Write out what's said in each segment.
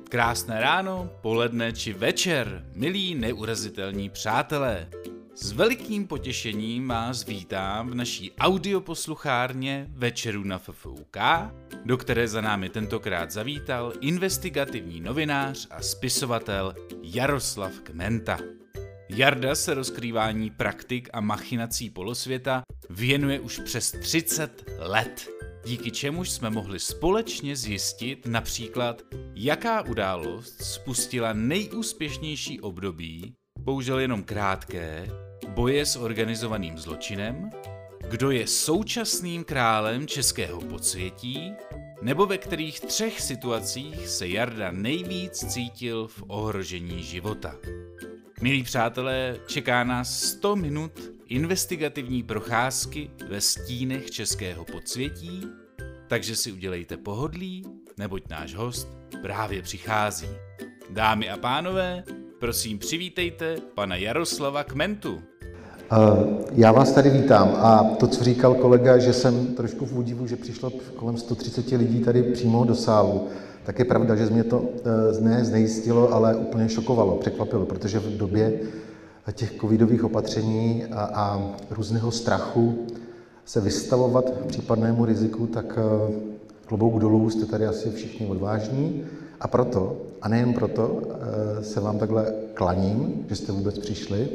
Krásné ráno, poledne či večer, milí neurazitelní přátelé. S velikým potěšením vás vítám v naší audioposluchárně Večerů na FFUK, do které za námi tentokrát zavítal investigativní novinář a spisovatel Jaroslav Kmenta. Jarda se rozkrývání praktik a machinací polosvěta věnuje už přes 30 let, díky čemuž jsme mohli společně zjistit například, jaká událost spustila nejúspěšnější období, bohužel jenom krátké, boje s organizovaným zločinem, kdo je současným králem českého podsvětí, nebo ve kterých 3 situacích se Jarda nejvíc cítil v ohrožení života. Milí přátelé, čeká nás 100 minut investigativní procházky ve stínech českého podsvětí, takže si udělejte pohodlí, neboť náš host právě přichází. Dámy a pánové, prosím přivítejte pana Jaroslava Kmentu. Já vás tady vítám a to, co říkal kolega, že jsem trošku v údivu, že přišlo kolem 130 lidí tady přímo do sálu, tak je pravda, že mě to znejistilo, ale úplně šokovalo, překvapilo, protože v době těch covidových opatření a různého strachu se vystavovat případnému riziku, tak klobouk dolů, jste tady asi všichni odvážní a proto, a nejen proto, se vám takhle klaním, že jste vůbec přišli.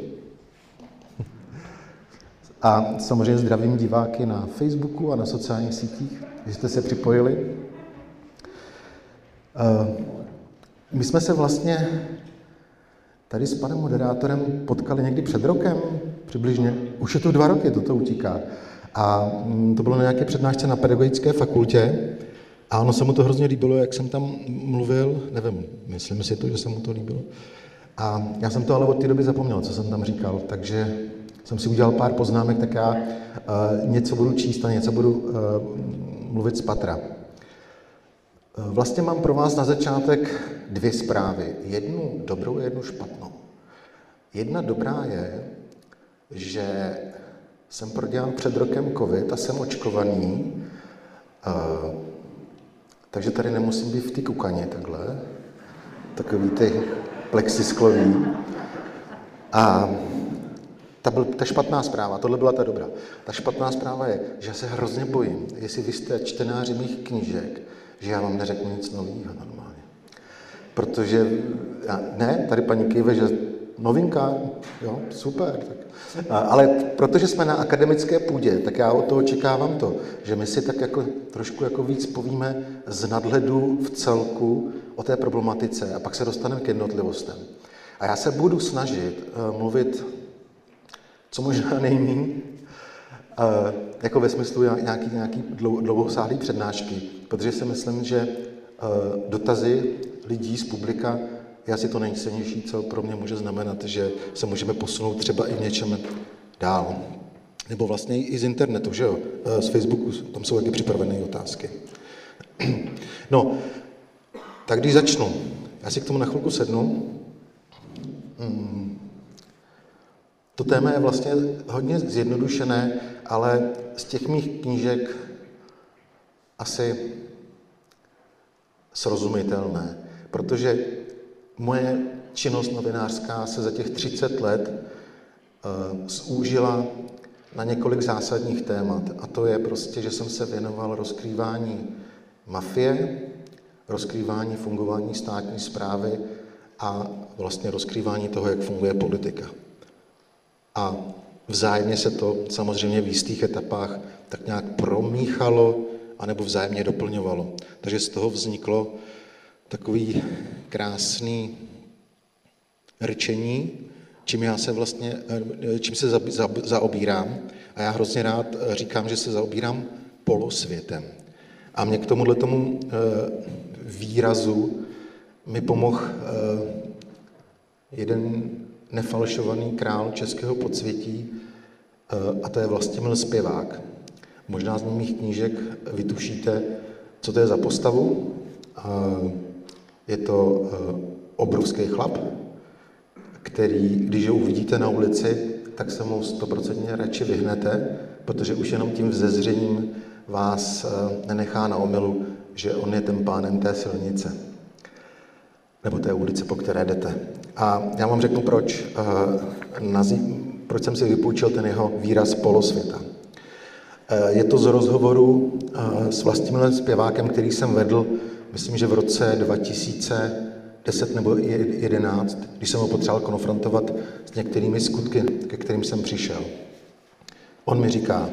A samozřejmě zdravím diváky na Facebooku a na sociálních sítích, že jste se připojili. My jsme se vlastně tady s panem moderátorem potkali někdy před rokem, přibližně. Už je to 2 roky, toto utíká. A to bylo na nějaké přednášce na pedagogické fakultě. A ono se mu to hrozně líbilo, jak jsem tam mluvil. Nevím, myslím si to, že se mu to líbilo. A já jsem to ale od té doby zapomněl, co jsem tam říkal. Takže jsem si udělal pár poznámek, tak já něco budu číst a něco budu mluvit z patra. Vlastně mám pro vás na začátek 2 zprávy. Jednu dobrou a jednu špatnou. Jedna dobrá je, že jsem prodělal před rokem covid a jsem očkovaný, takže tady nemusím být v té kukaně takhle, takový ty plexisklový. A ta špatná zpráva, tohle byla ta dobrá. Ta špatná zpráva je, že se hrozně bojím, jestli vy jste čtenáři mých knížek, že já vám neřeknu nic nového normálně. Protože, ne, tady paní kýve, že novinka, jo, super. Tak. Ale protože jsme na akademické půdě, tak já od toho očekávám to, že my si tak jako trošku jako víc povíme z nadhledu v celku o té problematice a pak se dostaneme k jednotlivostem. A já se budu snažit mluvit co možná nejméně, jako ve smyslu nějaký dlouhosáhlý přednášky, protože si myslím, že dotazy lidí z publika je asi to nejcennější, co pro mě může znamenat, že se můžeme posunout třeba i v něčem dál. Nebo vlastně i z internetu, že jo? Z Facebooku, tam jsou taky připravené otázky. No, tak když začnu, já si k tomu na chvilku sednu. To téma je vlastně hodně zjednodušené, ale z těch mých knížek asi srozumitelné, protože moje činnost novinářská se za těch 30 let zúžila na několik zásadních témat. A to je prostě, že jsem se věnoval rozkrývání mafie, rozkrývání fungování státní správy a vlastně rozkrývání toho, jak funguje politika. A vzájemně se to samozřejmě v jistých etapách tak nějak promíchalo anebo vzájemně doplňovalo. Takže z toho vzniklo takový krásný rčení, čím se zaobírám. A já hrozně rád říkám, že se zaobírám polosvětem. A mě k tomu výrazu mi pomohl jeden nefalšovaný král českého podsvětí, a to je Vlastimil Zpěvák. Možná z mých knížek vytušíte, co to je za postavu. Je to obrovský chlap, který, když ho uvidíte na ulici, tak se mu 100% radši vyhnete, protože už jenom tím vzezřením vás nenechá na omylu, že on je ten pánem té silnice. nebo té ulice, po které jdete. A já vám řeknu, proč jsem si vypůjčil ten jeho výraz polosvěta. Je to z rozhovoru s Vlastimilem Zpěvákem, který jsem vedl, myslím, že v roce 2010 nebo 2011, když jsem ho potřeboval konfrontovat s některými skutky, ke kterým jsem přišel. On mi říká,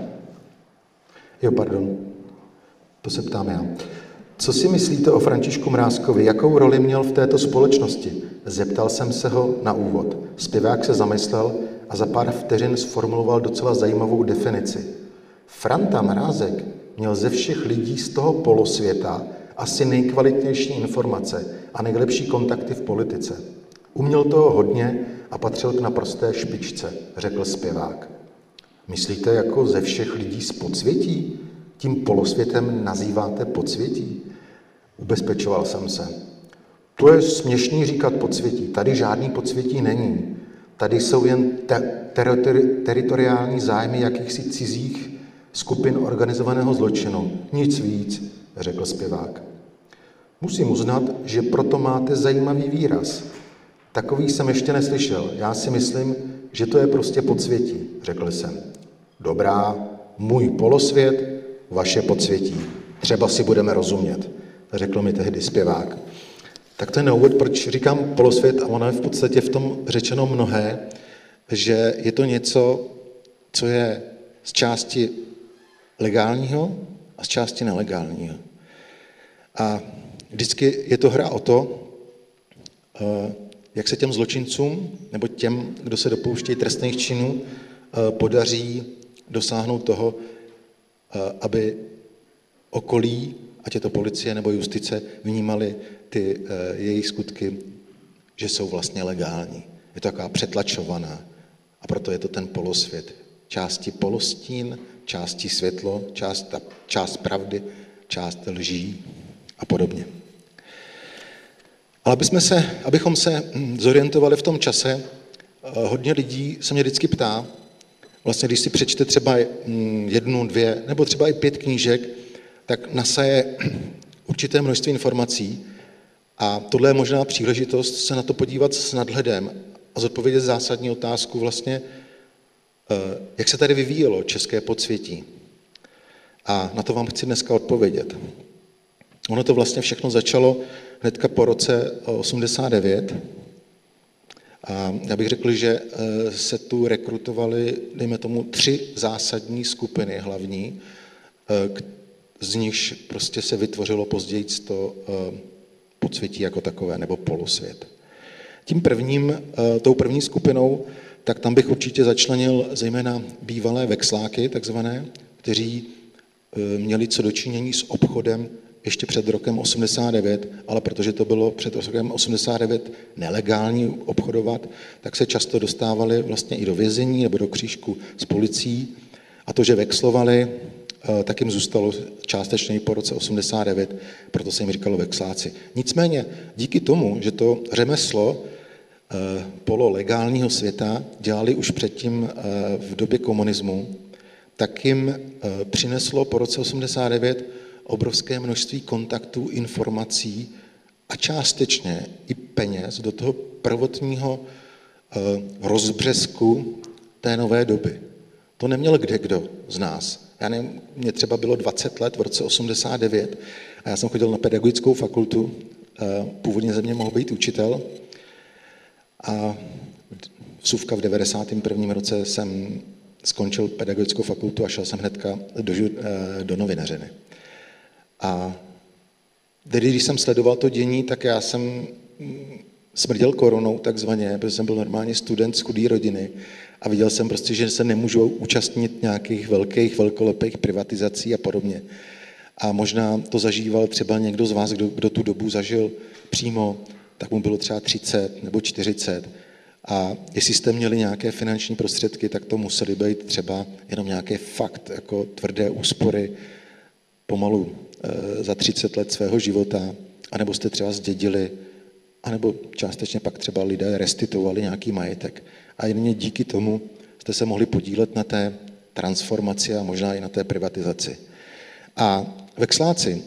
to se ptám já. Co si myslíte o Františku Mrázkovi? Jakou roli měl v této společnosti? Zeptal jsem se ho na úvod. Zpěvák se zamyslel a za pár vteřin sformuloval docela zajímavou definici. Franta Mrázek měl ze všech lidí z toho polosvěta asi nejkvalitnější informace a nejlepší kontakty v politice. Uměl toho hodně a patřil k naprosté špičce, řekl zpěvák. Myslíte jako ze všech lidí z podsvětí? Tím polosvětem nazýváte podsvětí? Ubezpečoval jsem se. To je směšný říkat podsvětí. Tady žádný podsvětí není. Tady jsou jen teritoriální zájmy jakýchsi cizích skupin organizovaného zločinu. Nic víc, řekl zpěvák. Musím uznat, že proto máte zajímavý výraz. Takový jsem ještě neslyšel. Já si myslím, že to je prostě podsvětí, řekl jsem. Dobrá, můj polosvět, vaše podsvětí. Třeba si budeme rozumět, řekl mi tehdy zpěvák. Tak to je na úvod, proč říkám polosvět, a ono je v podstatě v tom řečeno mnohé, že je to něco, co je z části legálního a z části nelegálního. A vždycky je to hra o to, jak se těm zločincům nebo těm, kdo se dopouštějí trestných činů, podaří dosáhnout toho, aby okolí, ať je to policie nebo justice, vnímali ty jejich skutky, že jsou vlastně legální. Je to taková přetlačovaná. A proto je to ten polosvět. Části polostín, části světlo, část pravdy, část lží a podobně. Ale abychom se zorientovali v tom čase, hodně lidí se mě vždycky ptá, vlastně když si přečte třeba 1, 2 nebo třeba i 5 knížek, tak nasaje určité množství informací a tohle je možná příležitost se na to podívat s nadhledem a zodpovědět zásadní otázku vlastně, jak se tady vyvíjelo české podsvětí. A na to vám chci dneska odpovědět. Ono to vlastně všechno začalo hnedka po roce 89. A já bych řekl, že se tu rekrutovaly, dejme tomu, 3 zásadní skupiny hlavní, z nichž prostě se vytvořilo později to podsvětí jako takové, nebo polosvět. Tou první skupinou, tak tam bych určitě začlenil zejména bývalé vexláky, takzvané, kteří měli co dočinění s obchodem ještě před rokem 89, ale protože to bylo před rokem 89 nelegální obchodovat, tak se často dostávali vlastně i do vězení nebo do křížku s policií. A to, že vexlovali, tak jim zůstalo částečně i po roce 89, proto se jim říkalo vexláci. Nicméně díky tomu, že to řemeslo pololegálního světa dělali už předtím v době komunismu, tak jim přineslo po roce 89 obrovské množství kontaktů, informací a částečně i peněz do toho prvotního rozbřesku té nové doby. To neměl kdekdo z nás. Já nevím, mě třeba bylo 20 let v roce 89 a já jsem chodil na pedagogickou fakultu, původně ze mě mohl být učitel a vsuvka v 91. roce jsem skončil pedagogickou fakultu a šel jsem hnedka do novinařiny. A tedy, když jsem sledoval to dění, tak já jsem smrděl koronou takzvaně, protože jsem byl normálně student z chudé rodiny a viděl jsem prostě, že se nemůžu účastnit nějakých velkolepých privatizací a podobně. A možná to zažíval třeba někdo z vás, kdo tu dobu zažil přímo, tak mu bylo třeba 30 nebo 40. A jestli jste měli nějaké finanční prostředky, tak to musely být třeba jenom nějaké fakt, jako tvrdé úspory pomalu za 30 let svého života, anebo jste třeba zdědili, anebo částečně pak třeba lidé restituovali nějaký majetek. A jen díky tomu jste se mohli podílet na té transformaci a možná i na té privatizaci. A vexláci,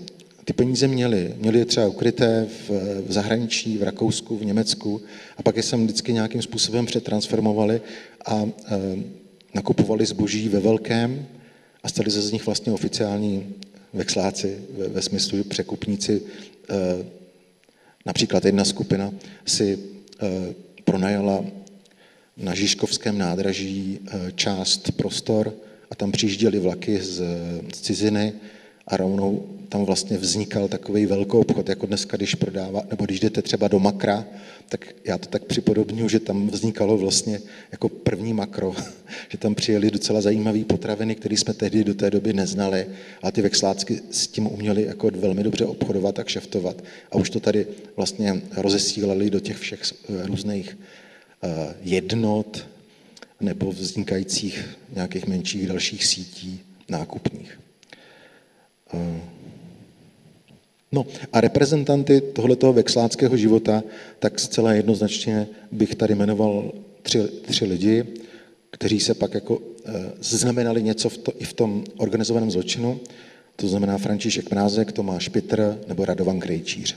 Ty peníze měli je třeba ukryté v zahraničí, v Rakousku, v Německu a pak je sem vždycky nějakým způsobem přetransformovali a nakupovali zboží ve velkém a stali se z nich vlastně oficiální vexláci ve smyslu překupníci. Například jedna skupina si pronajala na Žižkovském nádraží část prostor a tam přijížděly vlaky z ciziny a rovnou tam vlastně vznikal takový velký obchod, jako dneska, když prodává, nebo když jdete třeba do Makra, tak já to tak připodobňuji, že tam vznikalo vlastně jako první makro, že tam přijeli docela zajímavé potraviny, které jsme tehdy do té doby neznali, a ty vexlácky s tím uměli jako velmi dobře obchodovat a kšeftovat. A už to tady vlastně rozesílali do těch všech různých jednot nebo vznikajících nějakých menších dalších sítí nákupních. No a reprezentanty tohletoho vexláckého života, tak zcela jednoznačně bych tady jmenoval tři lidi, kteří se pak jako znamenali něco i v tom organizovaném zločinu, to znamená František Mrázek, Tomáš Pitr nebo Radovan Krejčíř.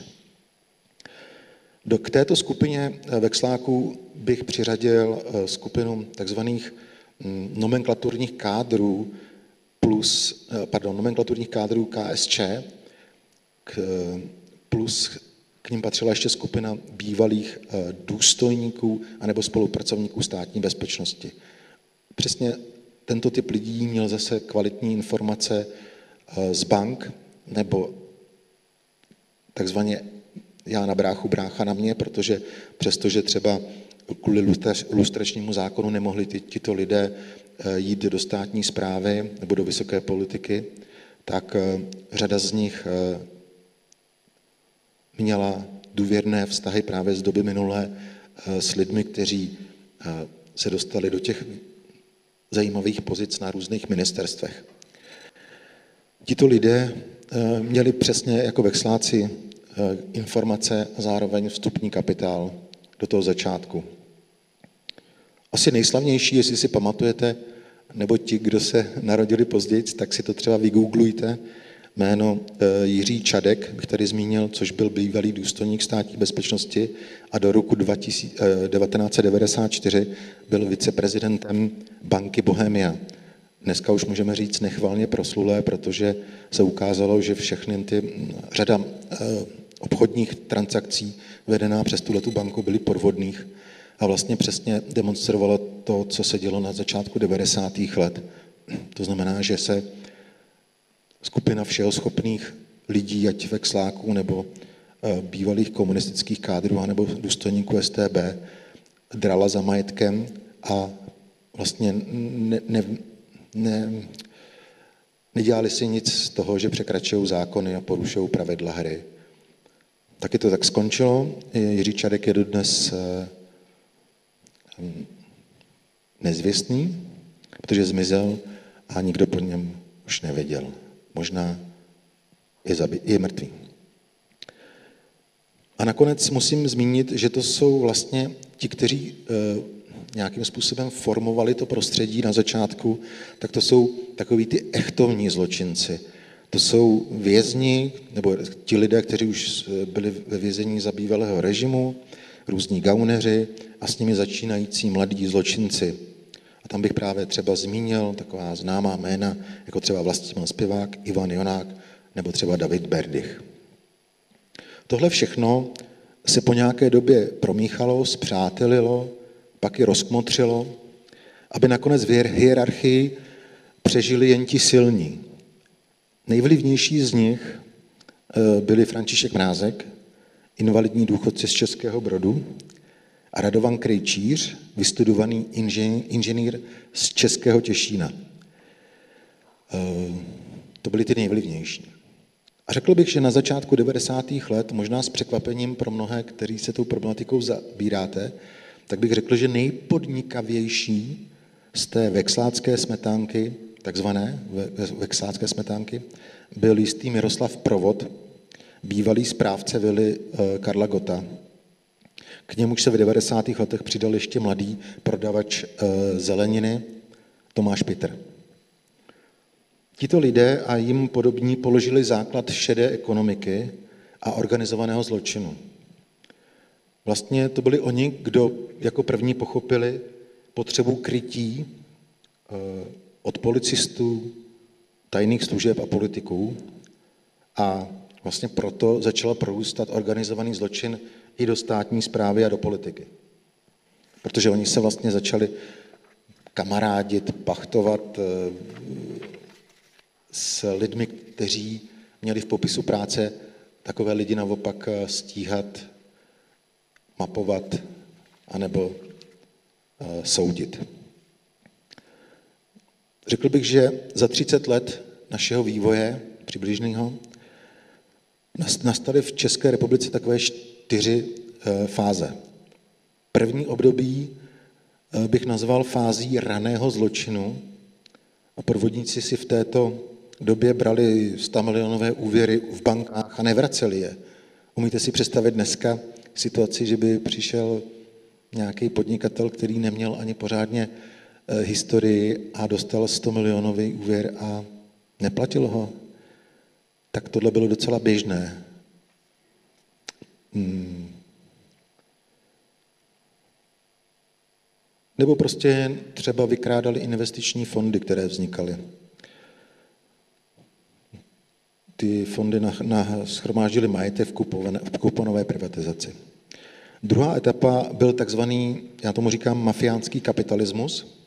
K této skupině vexláků bych přiřadil skupinu takzvaných nomenklaturních kádrů nomenklaturních kádrů KSČ, plus k nim patřila ještě skupina bývalých důstojníků anebo spolupracovníků státní bezpečnosti. Přesně tento typ lidí měl zase kvalitní informace z bank, nebo takzvaně já na bráchu, brácha na mě, protože přestože třeba kvůli lustračnímu zákonu nemohli tito lidé jít do státní správy nebo do vysoké politiky, tak řada z nich měla důvěrné vztahy právě z doby minulé s lidmi, kteří se dostali do těch zajímavých pozic na různých ministerstvech. Tito lidé měli přesně jako vexláci informace a zároveň vstupní kapitál do toho začátku. Asi nejslavnější, jestli si pamatujete, nebo ti, kdo se narodili později, tak si to třeba vygooglujte. Jméno Jiří Čadek, bych tady zmínil, což byl bývalý důstojník státní bezpečnosti a do roku 1994 byl viceprezidentem banky Bohemia. Dneska už můžeme říct nechvalně proslulé, protože se ukázalo, že všechny řada obchodních transakcí vedená přes tuhletu banku byly podvodných a vlastně přesně demonstrovalo to, co se dělo na začátku 90. let. To znamená, že se skupina všeho schopných lidí, ať vexláků nebo bývalých komunistických kádrů nebo důstojníků StB, drala za majetkem a vlastně nedělali si nic z toho, že překračují zákony a porušují pravidla hry. Taky to tak skončilo. Jiří Čadek je dodnes nezvěstný, protože zmizel a nikdo po něm už nevěděl. Možná je mrtvý. A nakonec musím zmínit, že to jsou vlastně ti, kteří nějakým způsobem formovali to prostředí na začátku, tak to jsou takoví ty echtovní zločinci. To jsou vězni, nebo ti lidé, kteří už byli ve vězení za bývalého režimu, různí gauneři a s nimi začínající mladí zločinci. A tam bych právě třeba zmínil taková známá jména, jako třeba Vlastimil Spivák, Ivan Jonák nebo třeba David Berdych. Tohle všechno se po nějaké době promíchalo, spřátelilo, pak i rozkmotřilo, aby nakonec v hierarchii přežili jen ti silní. Nejvlivnější z nich byli František Mrázek, invalidní důchodce z Českého Brodu, a Radovan Krejčíř, vystudovaný inženýr z Českého Těšína. To byli ty nejvlivnější. A řekl bych, že na začátku 90. let, možná s překvapením pro mnohé, kteří se tou problematikou zabíráte, tak bych řekl, že nejpodnikavější z té vexlácké smetánky, takzvané vexlácké smetánky, byl jistý Miroslav Provod, bývalý správce vily Karla Gotta. K němuž se v 90. letech přidal ještě mladý prodavač zeleniny Tomáš Pitr. Tito lidé a jim podobní položili základ šedé ekonomiky a organizovaného zločinu. Vlastně to byli oni, kdo jako první pochopili potřebu krytí od policistů, tajných služeb a politiků a vlastně proto začal prorůstat organizovaný zločin i do státní správy a do politiky. Protože oni se vlastně začali kamarádit, pachtovat s lidmi, kteří měli v popisu práce takové lidi naopak stíhat, mapovat anebo soudit. Řekl bych, že za 30 let našeho vývoje přibližného nastaly v České republice takové 4 fáze. První období bych nazval fází raného zločinu a podvodníci si v této době brali 100 milionové úvěry v bankách a nevraceli je. Umíte si představit dneska situaci, že by přišel nějaký podnikatel, který neměl ani pořádně historii a dostal 100 milionový úvěr a neplatil ho? Tak tohle bylo docela běžné. Nebo prostě třeba vykrádali investiční fondy, které vznikaly. Ty fondy shromáždily majetek v kuponové privatizaci. Druhá etapa byl takzvaný, já tomu říkám, mafiánský kapitalismus.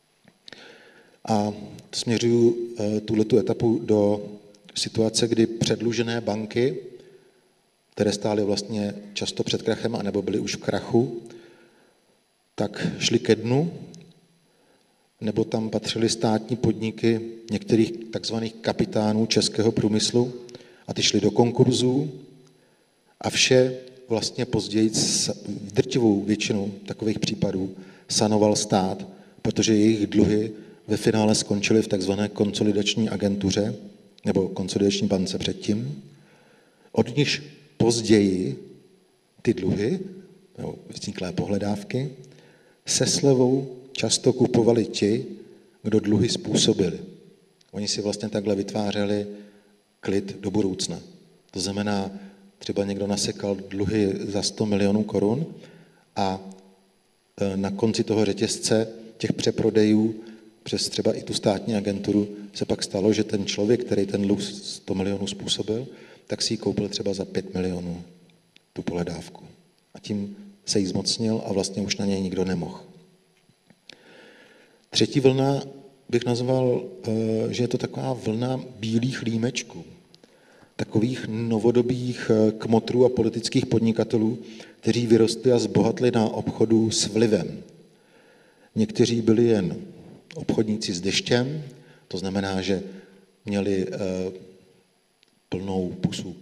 A směřuju tuhletu etapu do situace, kdy předlužené banky, které stály vlastně často před krachem, anebo byly už v krachu, tak šly ke dnu, nebo tam patřily státní podniky některých takzvaných kapitánů českého průmyslu a ty šly do konkurzů a vše vlastně později v drtivou většinu takových případů sanoval stát, protože jejich dluhy ve finále skončily v takzvané konsolidační agentuře nebo konsolidační bance předtím, od nichž později ty dluhy nebo vzniklé pohledávky se slevou často kupovali ti, kdo dluhy způsobili. Oni si vlastně takhle vytvářeli klid do budoucna. To znamená, třeba někdo nasekal dluhy za 100 milionů korun a na konci toho řetězce těch přeprodejů přes třeba i tu státní agenturu se pak stalo, že ten člověk, který ten dluh 100 milionů způsobil, tak si ji koupil třeba za 5 milionů tu pohledávku. A tím se jí zmocnil a vlastně už na něj nikdo nemohl. Třetí vlna bych nazval, že je to taková vlna bílých límečků, takových novodobých kmotrů a politických podnikatelů, kteří vyrostli a zbohatli na obchodu s vlivem. Někteří byli jen obchodníci s deštěm, to znamená, že měli plnou pusu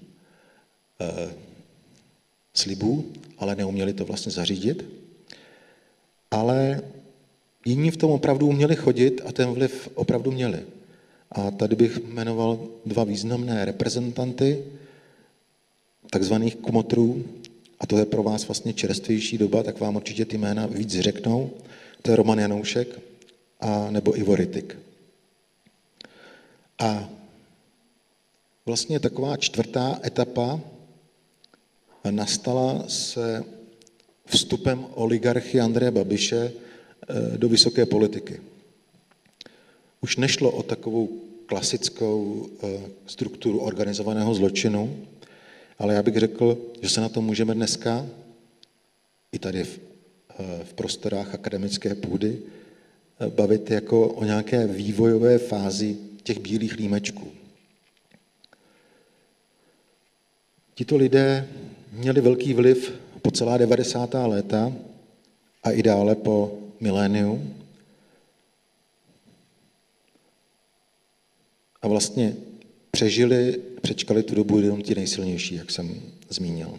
slibů, ale neuměli to vlastně zařídit. Ale jiní v tom opravdu uměli chodit a ten vliv opravdu měli. A tady bych jmenoval 2 významné reprezentanty takzvaných kmotrů, a to je pro vás vlastně čerstvější doba, tak vám určitě ty jména víc řeknou. To je Roman Janoušek a nebo Ivo Rittig. A vlastně taková 4. etapa nastala se vstupem oligarchy Andreje Babiše do vysoké politiky. Už nešlo o takovou klasickou strukturu organizovaného zločinu, ale já bych řekl, že se na to můžeme dneska i tady v prostorách akademické půdy bavit jako o nějaké vývojové fázi těch bílých límečků. Tito lidé měli velký vliv po celá 90. léta a i dále po miléniu. A vlastně přečkali tu dobu jenom ti nejsilnější, jak jsem zmínil.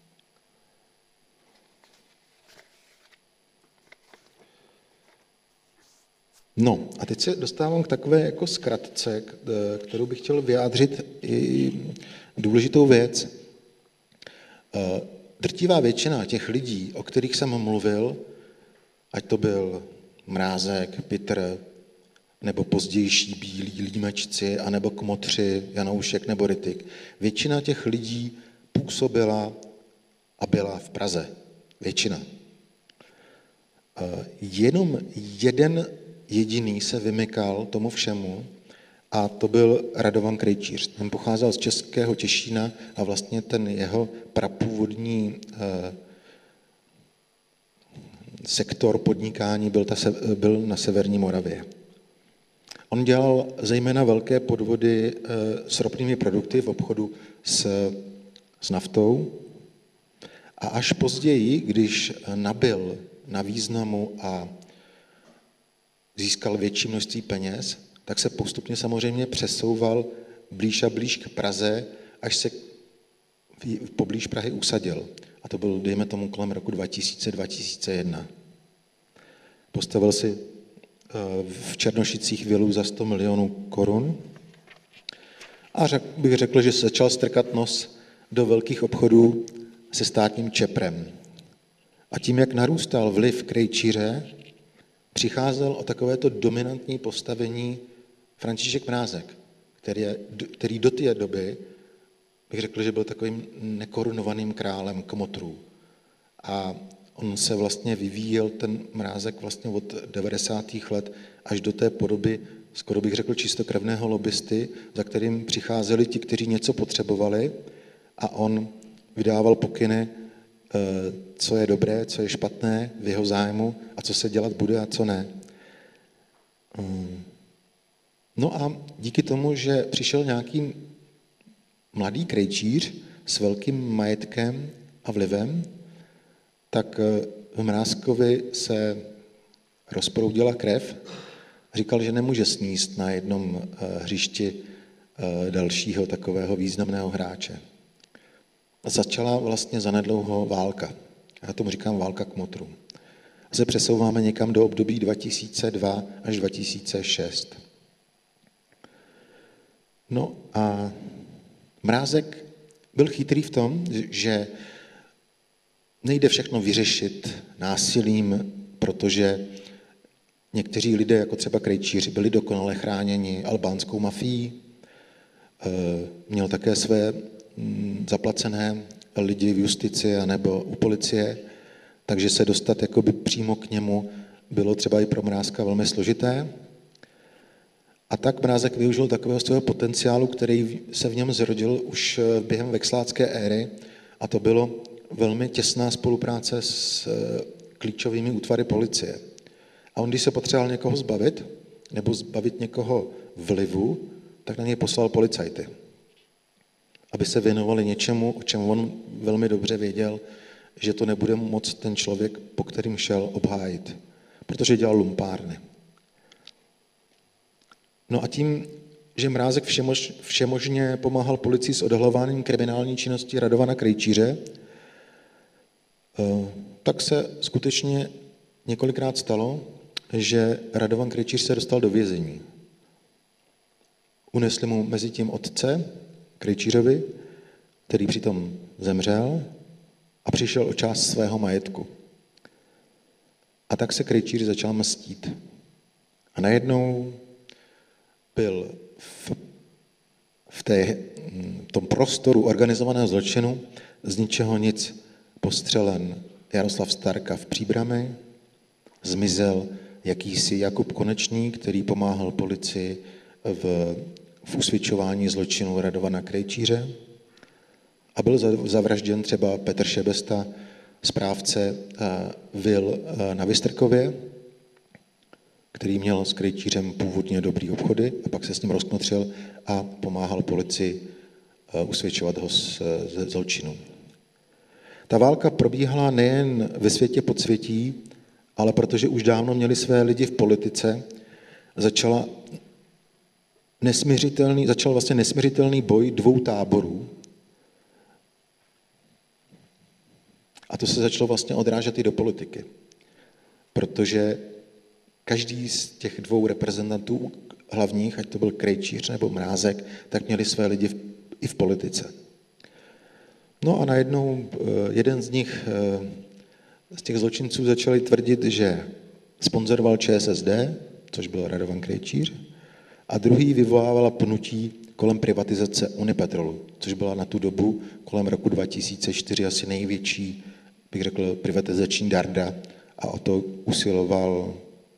No a teď se dostávám k takové jako zkratce, kterou bych chtěl vyjádřit i důležitou věc. Drtivá většina těch lidí, o kterých jsem mluvil, ať to byl Mrázek, Pitr, nebo pozdější bílí límečci, anebo kmotři, Janoušek nebo Rittig. Většina těch lidí působila a byla v Praze. Většina. Jenom jeden jediný se vymykal tomu všemu a to byl Radovan Krejčíř. Ten pocházel z českého Těšína a vlastně ten jeho prapůvodní sektor podnikání byl na severní Moravě. On dělal zejména velké podvody s ropnými produkty v obchodu s naftou a až později, když nabyl na významu a získal větší množství peněz, tak se postupně samozřejmě přesouval blíž a blíž k Praze, až se poblíž Prahy usadil. A to byl, dejme tomu, kolem roku 2000-2001. Postavil si v Černošicích vilu za 100 milionů korun a bych řekl, že se začal strkat nos do velkých obchodů se státním Čeprem. A tím, jak narůstal vliv Krejčíře, přicházel o takovéto dominantní postavení František Mrázek, který do té doby, bych řekl, že byl takovým nekorunovaným králem kmotrů. A on se vlastně vyvíjel, ten Mrázek, vlastně od 90. let až do té podoby, skoro bych řekl, čistokrevného lobbysty, za kterým přicházeli ti, kteří něco potřebovali a on vydával pokyny, co je dobré, co je špatné v jeho zájmu a co se dělat bude a co ne. No a díky tomu, že přišel nějaký mladý krejčíř s velkým majetkem a vlivem, tak v Mrázkovi se rozproudila krev a říkal, že nemůže sníst na jednom hřišti dalšího takového významného hráče. A začala vlastně zanedlouho válka. Já tomu říkám válka kmotrů. A se přesouváme někam do období 2002 až 2006. No a Mrázek byl chytrý v tom, že nejde všechno vyřešit násilím, protože někteří lidé, jako třeba Krejčíř, byli dokonale chráněni albánskou mafií, měl také své zaplacené lidi v justici anebo u policie, takže se dostat jakoby přímo k němu bylo třeba i pro Mrázka velmi složité. A tak Mrázek využil takového svého potenciálu, který se v něm zrodil už během vekslácké éry, a to bylo velmi těsná spolupráce s klíčovými útvary policie. A on, když se potřeboval někoho zbavit, nebo zbavit někoho vlivu, tak na něj poslal policajty, aby se věnovali něčemu, o čem on velmi dobře věděl, že to nebude moc ten člověk, po kterým šel, obhájit, protože dělal lumpárny. No a tím, že Mrázek všemožně pomáhal policii s odhalováním kriminální činnosti Radovana Krejčíře, tak se skutečně několikrát stalo, že Radovan Krejčíř se dostal do vězení. Unesli mu mezi tím otce Krejčířovi, který přitom zemřel a přišel o část svého majetku. A tak se Krejčíř začal mstít. A najednou byl v tom prostoru organizovaného zločinu z ničeho nic postřelen Jaroslav Starka v Příbrami, zmizel jakýsi Jakub Konečný, který pomáhal policii v usvědčování zločinu Radovana Krejčíře, a byl zavražděn třeba Petr Šebesta, správce vil na Vystrkově, který měl s Krejčířem původně dobrý obchody a pak se s ním rozkmotřil a pomáhal policii usvědčovat ho z zločinu. Ta válka probíhala nejen ve světě podsvětí, ale protože už dávno měli své lidi v politice, začal vlastně nesmiřitelný boj dvou táborů. A to se začalo vlastně odrážet i do politiky, protože každý z těch dvou reprezentantů hlavních, ať to byl Krejčíř nebo Mrázek, tak měli své lidi i v politice. No a najednou jeden z nich, z těch zločinců, začali tvrdit, že sponzoroval ČSSD, což byl Radovan Krejčíř, a druhý vyvolávala pnutí kolem privatizace Unipetrolu, což byla na tu dobu kolem roku 2004 asi největší, bych řekl, privatizační darda, a o to usiloval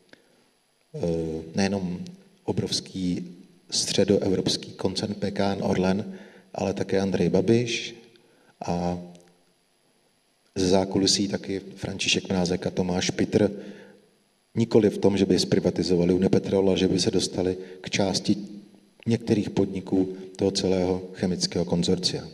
nejenom obrovský středoevropský koncern PKN Orlen, ale také Andrej Babiš a ze zákulisí taky František Mrázek a Tomáš Pitr, nikoli v tom, že by zprivatizovali Unipetrol, ale že by se dostali k části některých podniků toho celého chemického konzorcia.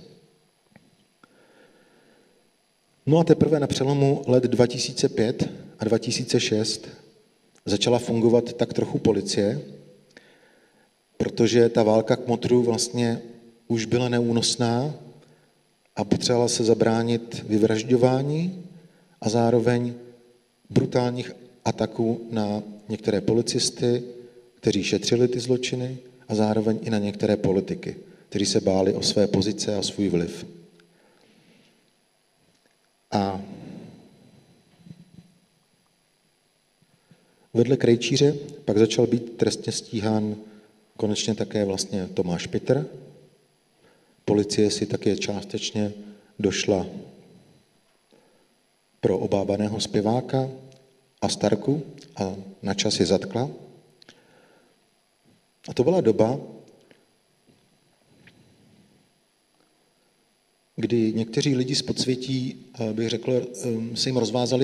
No a teprve na přelomu let 2005 a 2006 začala fungovat tak trochu policie, protože ta válka kmotrů vlastně už byla neúnosná a potřebovala se zabránit vyvražďování a zároveň brutálních ataků na některé policisty, kteří šetřili ty zločiny, a zároveň i na některé politiky, kteří se báli o své pozice a svůj vliv. A vedle Krejčíře pak začal být trestně stíhán konečně také vlastně Tomáš Pitr. Policie si také částečně došla pro obávaného zpěváka a Starku a na čas je zatkla. A to byla doba, kdy někteří lidi z podsvětí, bych řekl, se jim rozvázali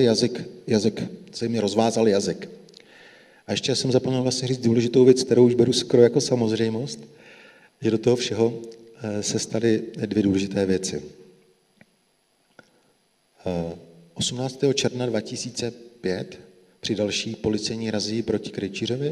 jazyk. A ještě jsem zapomněl vlastně říct důležitou věc, kterou už beru skoro jako samozřejmost, že do toho všeho se staly dvě důležité věci. 18. června 2005 při další policejní razii proti Krejčířovi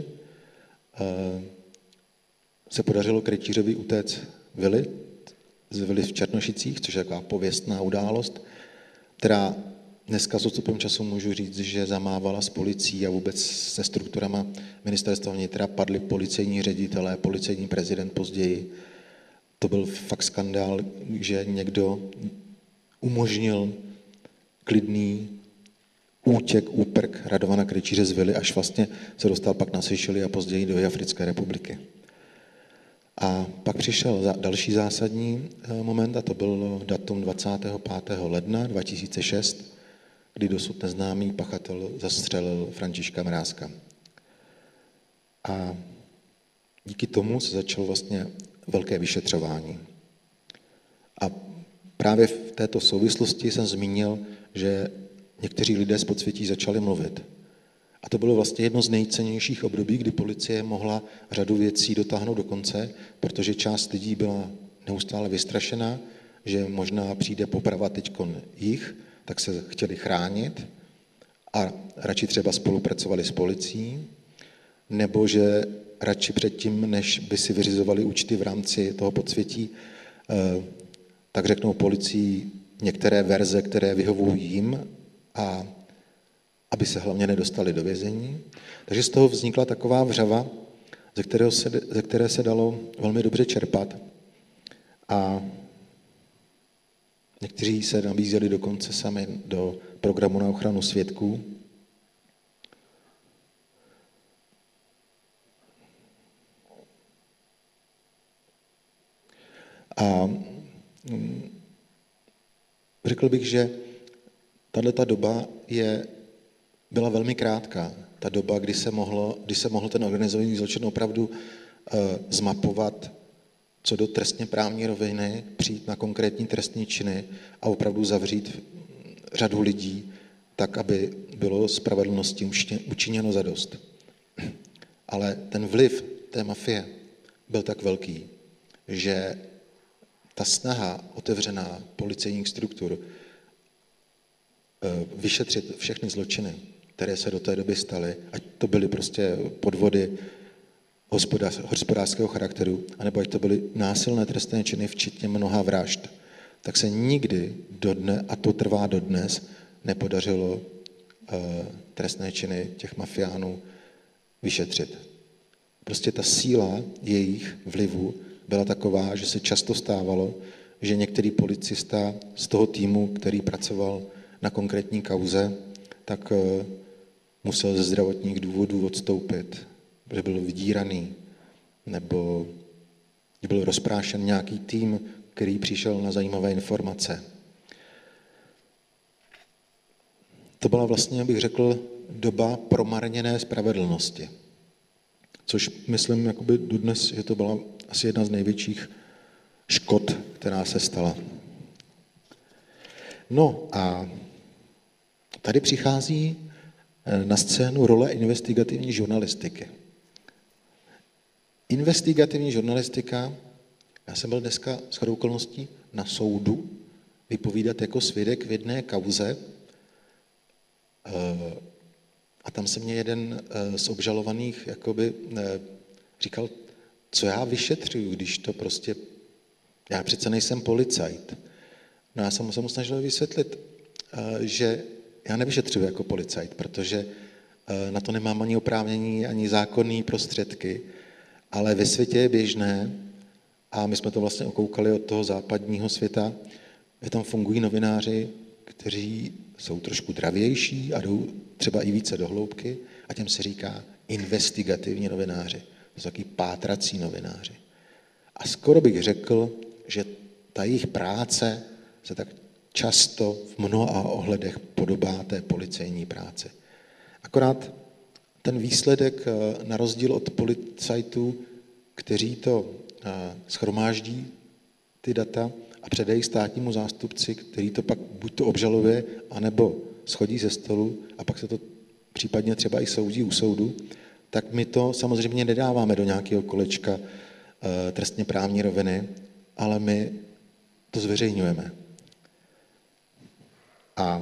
se podařilo Krejčířovi utéct z vily v Černošicích, což je taková pověstná událost, která dneska s odstupem času můžu říct, že zamávala s policií a vůbec se strukturama ministerstva vnitra, padli policejní ředitelé, policejní prezident později. To byl fakt skandál, že někdo umožnil klidný úprk Radovana Krejčíře z vily, až vlastně se dostal pak na Seychely a později do Jihoafrické republiky. A pak přišel další zásadní moment, a to bylo datum 25. ledna 2006, kdy dosud neznámý pachatel zastřelil Františka Mrázka. A díky tomu se začalo vlastně velké vyšetřování. A právě v této souvislosti jsem zmínil, že někteří lidé z podsvětí začali mluvit. A to bylo vlastně jedno z nejcennějších období, kdy policie mohla řadu věcí dotáhnout do konce, protože část lidí byla neustále vystrašená, že možná přijde poprava teďkon jich, tak se chtěli chránit a radši třeba spolupracovali s policií, nebo že radši předtím, než by si vyřizovali účty v rámci toho podsvětí, tak řeknou policii některé verze, které vyhovují jim, a aby se hlavně nedostali do vězení. Takže z toho vznikla taková vřava, ze které se dalo velmi dobře čerpat. A někteří se nabízeli dokonce sami do programu na ochranu svědků. A řekl bych, že tato doba byla velmi krátká. Ta doba, kdy se mohl ten organizovaný zločin opravdu zmapovat co do trestně právní roviny, přijít na konkrétní trestní činy a opravdu zavřít řadu lidí tak, aby bylo spravedlnosti učiněno zadost. Ale ten vliv té mafie byl tak velký, že ta snaha otevřená policejních struktur vyšetřit všechny zločiny, které se do té doby staly, ať to byly prostě podvody hospodářského charakteru, anebo ať to byly násilné trestné činy, včetně mnoha vražd, tak se nikdy a to trvá dodnes, nepodařilo trestné činy těch mafiánů vyšetřit. Prostě ta síla jejich vlivu byla taková, že se často stávalo, že některý policista z toho týmu, který pracoval na konkrétní kauze, tak musel ze zdravotních důvodů odstoupit, že byl vydíraný, nebo že byl rozprášen nějaký tým, který přišel na zajímavé informace. To byla vlastně, bych řekl, doba promarněné spravedlnosti. Což myslím, jakoby dodnes, že to byla asi jedna z největších škod, která se stala. No a tady přichází na scénu role investigativní žurnalistiky. Investigativní žurnalistika, já jsem byl dneska shodou okolností na soudu vypovídat jako svědek v jedné kauze a tam se mě jeden z obžalovaných jakoby říkal, co já vyšetřuju, když to prostě, já přece nejsem policajt. No já jsem mu snažil vysvětlit, že já nevyšetřuju jako policajt, protože na to nemám ani oprávnění, ani zákonné prostředky, ale ve světě je běžné, a my jsme to vlastně okoukali od toho západního světa, že tam fungují novináři, kteří jsou trošku dravější a jdou třeba i více do hloubky, a těm se říká investigativní novináři. To jsou taky pátrací novináři. A skoro bych řekl, že ta jejich práce se tak často v mnoha ohledech podobá té policejní práci. Akorát ten výsledek, na rozdíl od policajtů, kteří to shromáždí ty data a předají státnímu zástupci, který to pak buď to obžaluje, anebo schodí ze stolu a pak se to případně třeba i soudí u soudu, tak my to samozřejmě nedáváme do nějakého kolečka trestně právní roviny, ale my to zveřejňujeme. A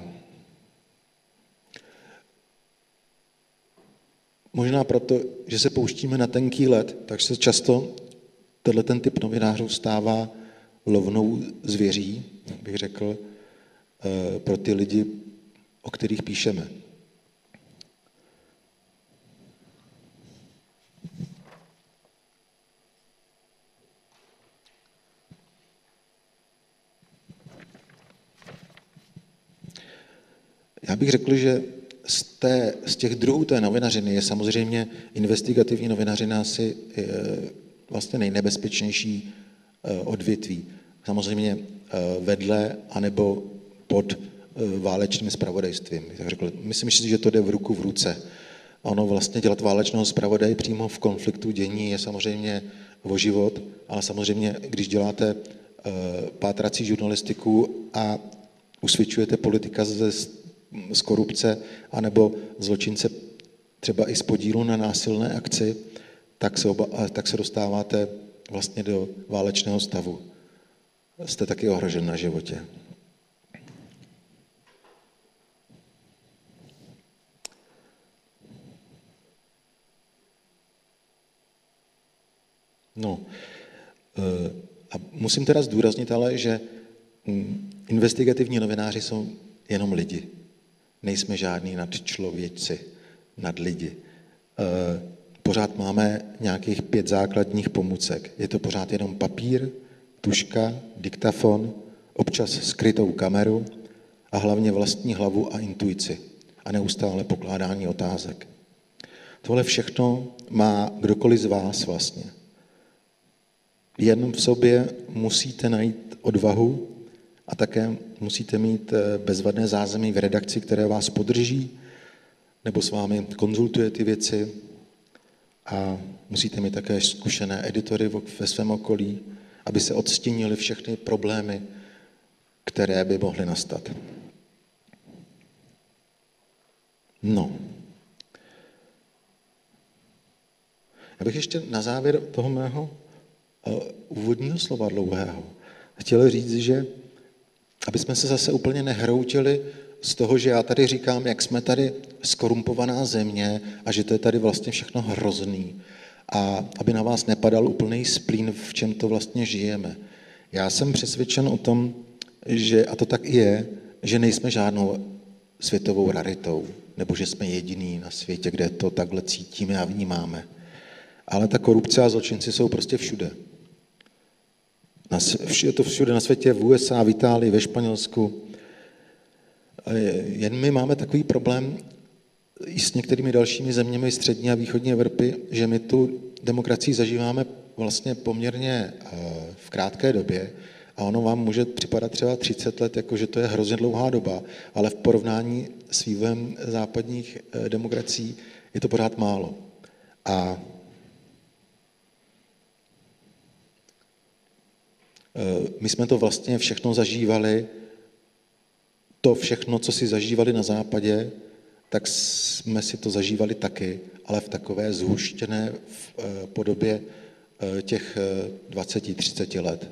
možná proto, že se pouštíme na tenký led, tak se často ten typ novinářů stává lovnou zvěří, bych řekl, pro ty lidi, o kterých píšeme. Já bych řekl, že z těch druhů té novinařiny je samozřejmě investigativní novinařina asi vlastně nejnebezpečnější odvětví. Samozřejmě vedle anebo pod válečným zpravodajstvím. Myslím si, že to jde v ruku v ruce. Ono vlastně dělat válečného zpravodaje přímo v konfliktu dění je samozřejmě o život, ale samozřejmě, když děláte pátrací žurnalistiku a usvědčujete politika z korupce anebo zločince třeba i z podílu na násilné akci, tak se dostáváte vlastně do válečného stavu. Jste taky ohrožen na životě. No, a musím teda zdůraznit ale, že investigativní novináři jsou jenom lidi. Nejsme žádní nadčlověci, nad lidi. Pořád máme nějakých 5 základních pomůcek. Je to pořád jenom papír, tužka, diktafon, občas skrytou kameru a hlavně vlastní hlavu a intuici a neustále pokládání otázek. Tohle všechno má kdokoliv z vás vlastně. Jen v sobě musíte najít odvahu a také musíte mít bezvadné zázemí v redakci, které vás podrží nebo s vámi konzultuje ty věci, a musíte mít také zkušené editory ve svém okolí, aby se odstínily všechny problémy, které by mohly nastat. No. Já bych ještě na závěr toho mého úvodního slova dlouhého chtěl říct, že aby jsme se zase úplně nehroutili z toho, že já tady říkám, jak jsme tady skorumpovaná země a že to je tady vlastně všechno hrozný. A aby na vás nepadal úplný splín, v čem to vlastně žijeme. Já jsem přesvědčen o tom, že, a to tak i je, že nejsme žádnou světovou raritou, nebo že jsme jediný na světě, kde to takhle cítíme a vnímáme. Ale ta korupce a zločinci jsou prostě všude. Je to všude na světě, v USA, v Itálii, ve Španělsku. Jen my máme takový problém i s některými dalšími zeměmi střední a východní Evropy, že my tu demokracii zažíváme vlastně poměrně v krátké době a ono vám může připadat třeba 30 let, jako že to je hrozně dlouhá doba, ale v porovnání s vývojem západních demokracií je to pořád málo. A my jsme to vlastně všechno zažívali, to všechno, co si zažívali na západě, tak jsme si to zažívali taky, ale v takové zhuštěné podobě těch 20-30 let.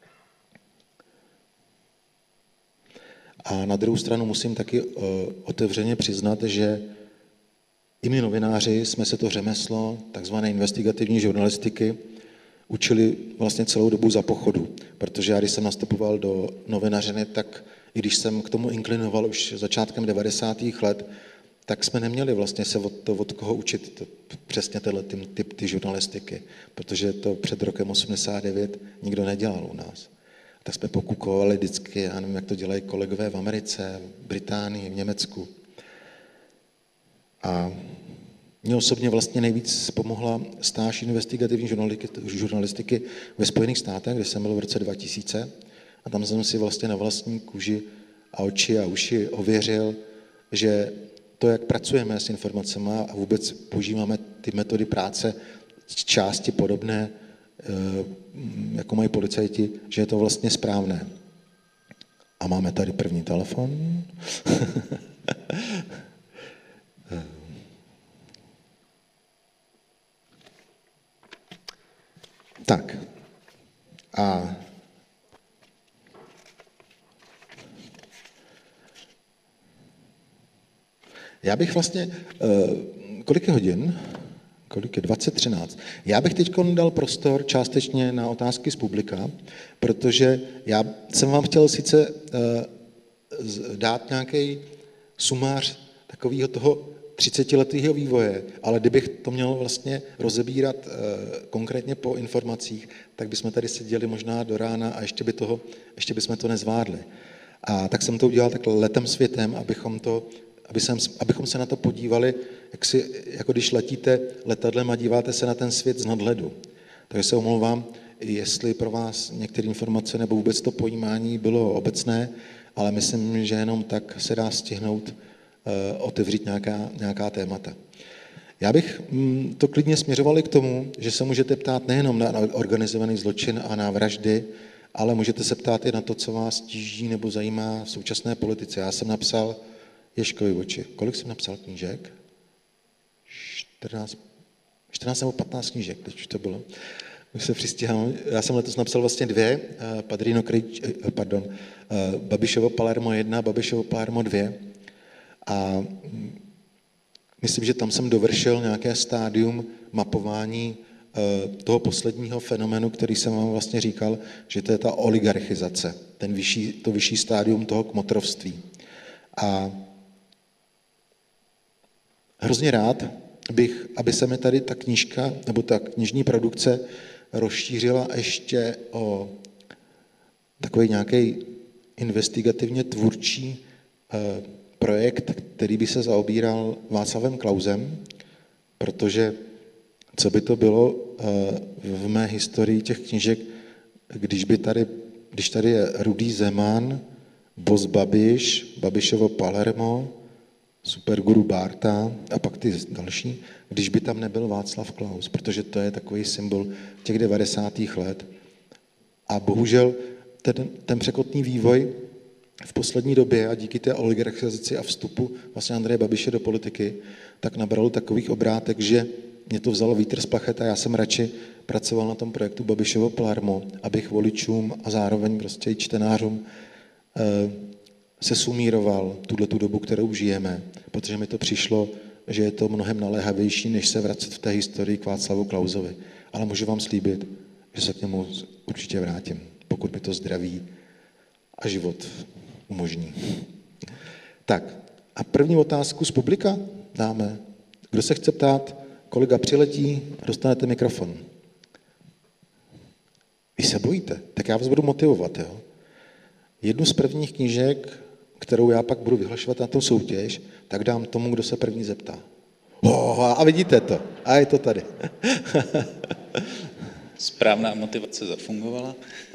A na druhou stranu musím taky otevřeně přiznat, že i my novináři jsme se to řemeslo takzvané investigativní žurnalistiky učili vlastně celou dobu za pochodu, protože já, když jsem nastupoval do novinařiny, tak i když jsem k tomu inklinoval už začátkem 90. let, tak jsme neměli vlastně se od koho učit přesně tenhle typ ty žurnalistiky, protože to před rokem 89 nikdo nedělal u nás. Tak jsme pokukovali vždycky, já nevím, jak to dělají kolegové v Americe, v Británii, v Německu. A mně osobně vlastně nejvíc pomohla stáž investigativní žurnalistiky ve Spojených státech, kde jsem byl v roce 2000 a tam jsem si vlastně na vlastní kůži a oči a uši ověřil, že to, jak pracujeme s informacemi a vůbec používáme ty metody práce části podobné, jako mají policajti, že je to vlastně správné. A máme tady první telefon. Tak. A já bych vlastně, kolik je hodin? Kolik je? 20:13. Já bych teď dal prostor částečně na otázky z publika, protože já jsem vám chtěl sice dát nějaký sumář takového toho 30letého vývoje, ale kdybych to měl vlastně rozebírat konkrétně po informacích, tak bychom tady seděli možná do rána a ještě bychom to nezvládli. A tak jsem to udělal takhle letem světem, abychom se na to podívali, jako když letíte letadlem a díváte se na ten svět z nadhledu. Takže se omlouvám, jestli pro vás některé informace nebo vůbec to pojímání bylo obecné, ale myslím, že jenom tak se dá stihnout otevřít nějaká témata. Já bych to klidně směřoval i k tomu, že se můžete ptát nejenom na organizovaný zločin a na vraždy, ale můžete se ptát i na to, co vás tíží nebo zajímá v současné politice. Já jsem napsal Ježkovi oči. Kolik jsem napsal knížek? 14 nebo 15 knížek, teď už to bylo. Už se přistíhám. Já jsem letos napsal vlastně 2, Babišovo Palermo 1, Babišovo Palermo 2. A myslím, že tam jsem dovršil nějaké stádium mapování toho posledního fenomenu, který jsem vám vlastně říkal, že to je ta oligarchizace, to vyšší stádium toho kmotrovství. A hrozně rád bych, aby se mi tady ta knížka nebo ta knižní produkce rozšířila ještě o takový nějaký investigativně tvůrčí projekt, který by se zaobíral Václavem Klausem, protože co by to bylo v mé historii těch knížek, když tady je Rudý Zeman, Boss Babiš, Babišovo Palermo, Superguru Bárta a pak ty další, když by tam nebyl Václav Klaus, protože to je takový symbol těch 90. let. A bohužel ten překotný vývoj v poslední době a díky té oligarchizaci a vstupu vlastně Andreje Babiše do politiky, tak nabralo takových obrátek, že mě to vzalo vítr z plachet a já jsem radši pracoval na tom projektu Babišovo Palermo, abych voličům a zároveň prostě i čtenářům se sumíroval tu dobu, kterou žijeme, protože mi to přišlo, že je to mnohem naléhavější, než se vracet v té historii k Václavu Klausovi. Ale můžu vám slíbit, že se k němu určitě vrátím, pokud mi to zdraví a život umožní. Tak a první otázku z publika dáme. Kdo se chce ptát, kolega přiletí, dostanete mikrofon. Vy se bojíte, tak já vás budu motivovat. Jo? Jednu z prvních knížek, kterou já pak budu vyhlašovat na tu soutěž, tak dám tomu, kdo se první zeptá. A vidíte to. A je to tady. Správná motivace zafungovala.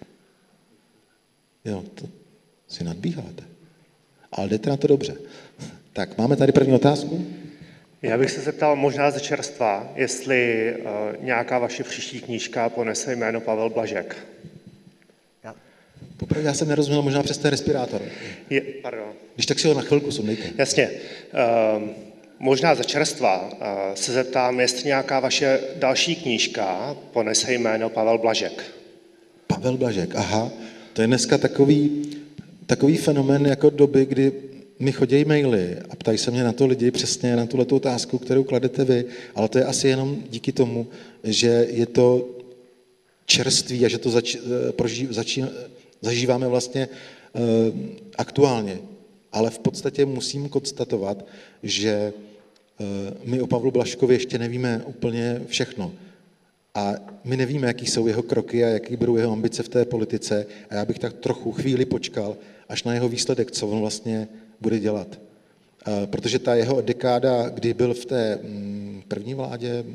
Jo, to si nadbíháte. Ale jdete na to dobře. Tak, máme tady první otázku. Já bych se zeptal možná ze čerstva, jestli nějaká vaše příští knížka ponese jméno Pavel Blažek. Popravdě já jsem nerozuměl možná přes ten respirátor. Pardon. Když tak si ho na chvilku sundejte. Jasně. Možná ze čerstva se zeptám, jestli nějaká vaše další knížka ponese jméno Pavel Blažek. Pavel Blažek, aha. To je dneska takový fenomén jako doby, kdy mi chodí maily a ptají se mě na to lidi přesně na tuhletu otázku, kterou kladete vy, ale to je asi jenom díky tomu, že je to čerství a že to zažíváme vlastně aktuálně. Ale v podstatě musím konstatovat, že my o Pavlu Blažkovi ještě nevíme úplně všechno. A my nevíme, jaký jsou jeho kroky a jaký budou jeho ambice v té politice. A já bych tak trochu chvíli počkal až na jeho výsledek, co on vlastně bude dělat. Protože ta jeho dekáda, kdy byl v té první vládě,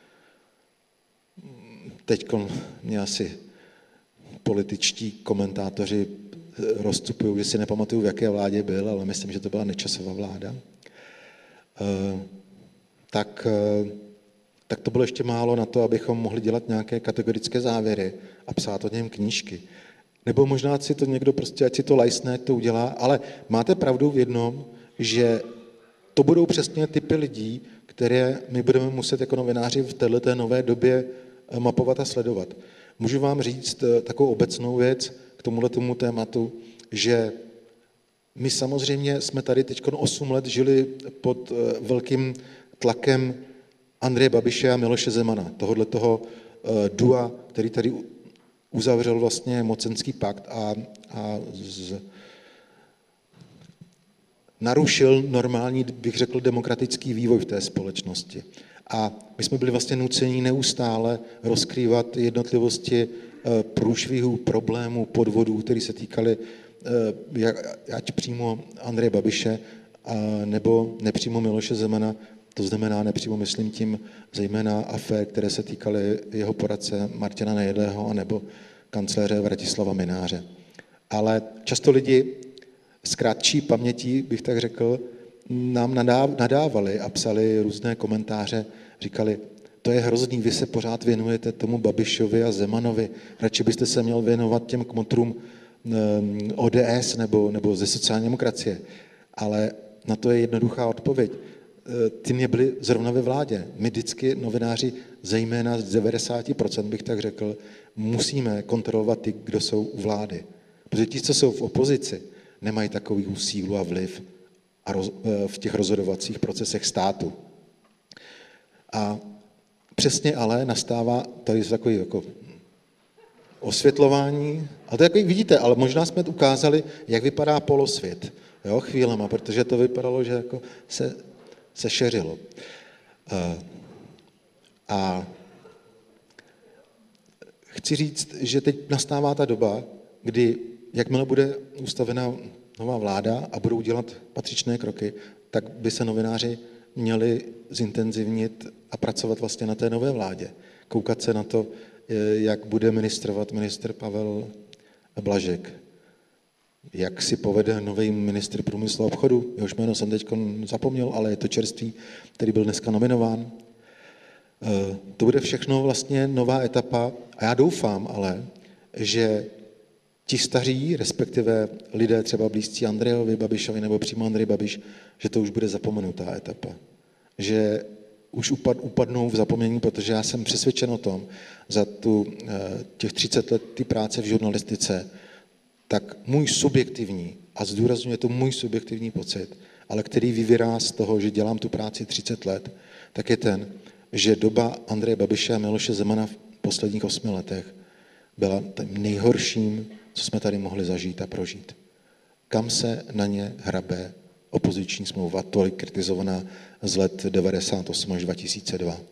teďko mě asi političtí komentátoři rozcupují, že si nepamatuju, v jaké vládě byl, ale myslím, že to byla Nečasova vláda, tak to bylo ještě málo na to, abychom mohli dělat nějaké kategorické závěry a psát o něm knížky. Nebo možná si to někdo prostě, ať si to lajsne, to udělá, ale máte pravdu v jednom, že to budou přesně typy lidí, které my budeme muset jako novináři v této nové době mapovat a sledovat. Můžu vám říct takovou obecnou věc k tomuhletomu tématu, že my samozřejmě jsme tady teď 8 let žili pod velkým tlakem Andreje Babiše a Miloše Zemana, tohoto dua, který tady uzavřel vlastně mocenský pakt a narušil normální, bych řekl, demokratický vývoj v té společnosti. A my jsme byli vlastně nuceni neustále rozkrývat jednotlivosti průšvihů, problémů, podvodů, které se týkaly ať přímo Andreje Babiše, nebo nepřímo Miloše Zemana, to znamená nepřímo, myslím tím zejména afér, které se týkaly jeho poradce Martina Nejedlého nebo kancléře Vratislava Mynáře. Ale často lidi s krátší pamětí, bych tak řekl, nám nadávali a psali různé komentáře, říkali, to je hrozný, vy se pořád věnujete tomu Babišovi a Zemanovi, radši byste se měl věnovat těm kmotrům ODS nebo ze sociální demokracie. Ale na to je jednoduchá odpověď. Ty mě byli zrovna ve vládě. My vždycky novináři, zejména z 90%, bych tak řekl, musíme kontrolovat ty, kdo jsou u vlády. Protože ti, co jsou v opozici, nemají takový sílu a vliv v těch rozhodovacích procesech státu. A přesně ale nastává tady takový jako osvětlování, ale to jak vidíte, ale možná jsme ukázali, jak vypadá polosvět, jo, chvílema, protože to vypadalo, že jako se šeřilo. A chci říct, že teď nastává ta doba, kdy jakmile bude ustavena nová vláda a budou dělat patřičné kroky, tak by se novináři měli zintenzivnit a pracovat vlastně na té nové vládě. Koukat se na to, jak bude ministrovat ministr Pavel Blažek, jak si povede nový ministr průmyslu a obchodu, jehož jméno jsem teď zapomněl, ale je to čerstvý, který byl dneska nominován. To bude všechno vlastně nová etapa a já doufám ale, že ti staří, respektive lidé třeba blízcí Andrejovi Babišovi nebo přímo Andrej Babiš, že to už bude zapomenutá etapa. Že už upadnou v zapomnění, protože já jsem přesvědčen o tom, za těch 30 let ty práce v žurnalistice, tak můj subjektivní, a zdůrazňuje to můj subjektivní pocit, ale který vyvírá z toho, že dělám tu práci 30 let, tak je ten, že doba Andreje Babiše a Miloše Zemana v posledních 8 letech byla tím nejhorším, co jsme tady mohli zažít a prožít. Kam se na ně hrabe opoziční smlouva, tolik kritizovaná z let 1998 až 2002.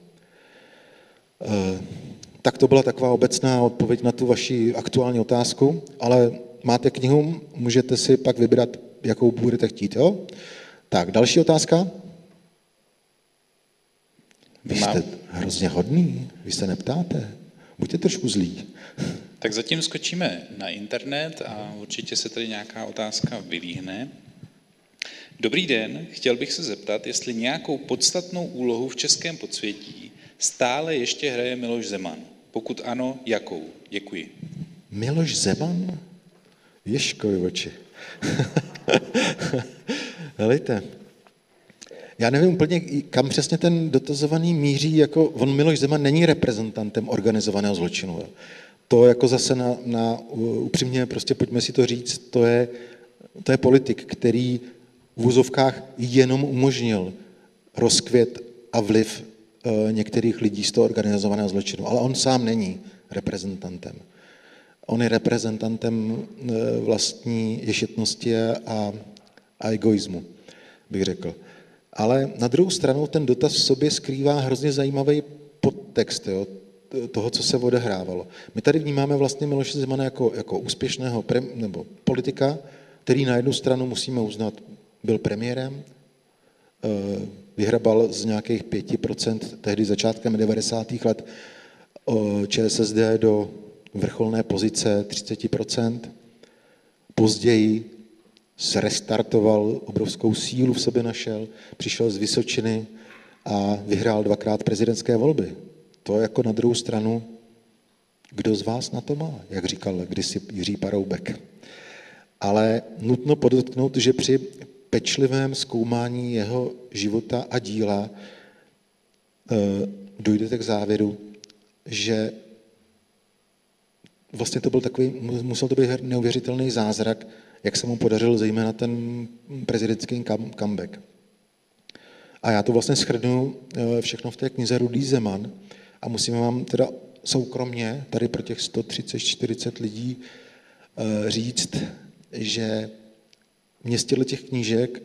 Tak to byla taková obecná odpověď na tu vaši aktuální otázku, ale máte knihu, můžete si pak vybrat jakou budete chtít, jo? Tak, další otázka. Vy jste hrozně hodný, vy se neptáte. Buďte trošku zlí. Tak zatím skočíme na internet a určitě se tady nějaká otázka vylíhne. Dobrý den, chtěl bych se zeptat, jestli nějakou podstatnou úlohu v českém podsvětí stále ještě hraje Miloš Zeman. Pokud ano, jakou? Děkuji. Miloš Zeman? Ježkovi oči. Helejte, já nevím úplně, kam přesně ten dotazovaný míří, jako on Miloš Zeman není reprezentantem organizovaného zločinu. To jako zase upřímně, prostě pojďme si to říct, to je politik, který v úzovkách jenom umožnil rozkvět a vliv některých lidí z toho organizovaného zločinu. Ale on sám není reprezentantem. On je reprezentantem vlastní ješitnosti a egoismu, bych řekl. Ale na druhou stranu ten dotaz v sobě skrývá hrozně zajímavý podtext, jo, toho, co se odehrávalo. My tady vnímáme vlastně Miloše Zemana jako úspěšného nebo politika, který na jednu stranu musíme uznat, byl premiérem, vyhrabal z nějakých 5%, tehdy začátkem 90. let ČSSD do vrcholné pozice 30%. Později se restartoval, obrovskou sílu v sobě našel, přišel z Vysočiny a vyhrál 2krát prezidentské volby. To jako na druhou stranu, kdo z vás na to má, jak říkal kdysi Jiří Paroubek. Ale nutno podotknout, že při pečlivém zkoumání jeho života a díla dojdete k závěru, že vlastně to byl takový, musel to být neuvěřitelný zázrak, jak se mu podařil zejména ten prezidentský comeback. A já to vlastně shrnu všechno v té knize Rudý Zeman a musím vám teda soukromně tady pro těch 130-40 lidí říct, že mě z těch knížek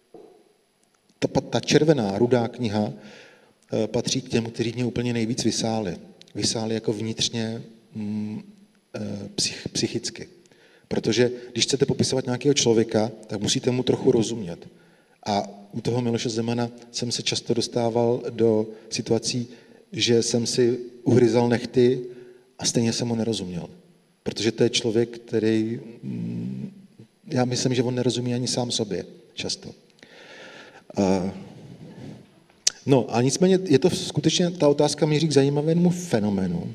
ta červená, rudá kniha patří k těm, kteří mě úplně nejvíc vysáli. Vysáli jako vnitřně psychicky. Protože když chcete popisovat nějakého člověka, tak musíte mu trochu rozumět. A u toho Miloše Zemana jsem se často dostával do situací, že jsem si uhryzal nehty a stejně jsem mu nerozuměl. Protože to je člověk, který, já myslím, že on nerozumí ani sám sobě často. No a nicméně je to skutečně, ta otázka míří k zajímavému fenoménu.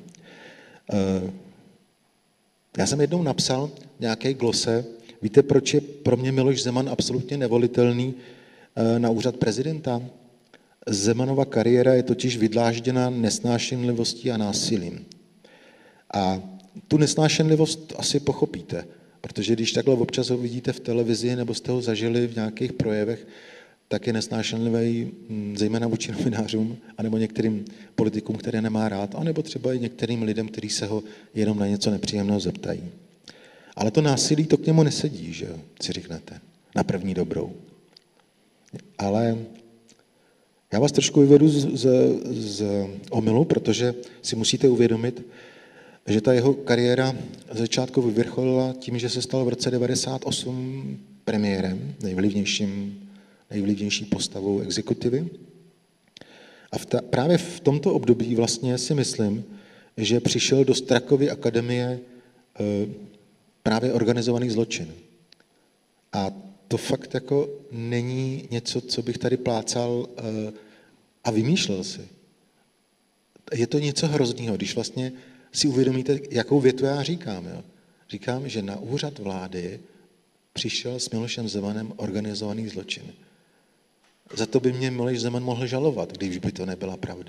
Já jsem jednou napsal nějaké glose, víte, proč je pro mě Miloš Zeman absolutně nevolitelný na úřad prezidenta? Zemanova kariéra je totiž vydlážděna nesnášenlivostí a násilím. A tu nesnášenlivost asi pochopíte, protože když takhle občas ho vidíte v televizi nebo jste ho zažili v nějakých projevech, tak je nesnášenlivý zejména vůči novinářům anebo některým politikům, které nemá rád, anebo třeba i některým lidem, kteří se ho jenom na něco nepříjemného zeptají. Ale to násilí to k němu nesedí, že jo, si řeknete, na první dobrou. Ale já vás trošku vyvedu z omylu, protože si musíte uvědomit, že ta jeho kariéra začátku vyvrcholila tím, že se stal v roce 1998 premiérem, nejvlivnější postavou exekutivy. A právě v tomto období vlastně si myslím, že přišel do Strakovy akademie právě organizovaný zločin. A to fakt jako není něco, co bych tady plácal a vymýšlel si. Je to něco hroznýho, když vlastně si uvědomíte, jakou větu já říkám. Jo? Říkám, že na úřad vlády přišel s Milošem Zemanem organizovaný zločin. Za to by mě Miloš Zeman mohl žalovat, když by to nebyla pravda.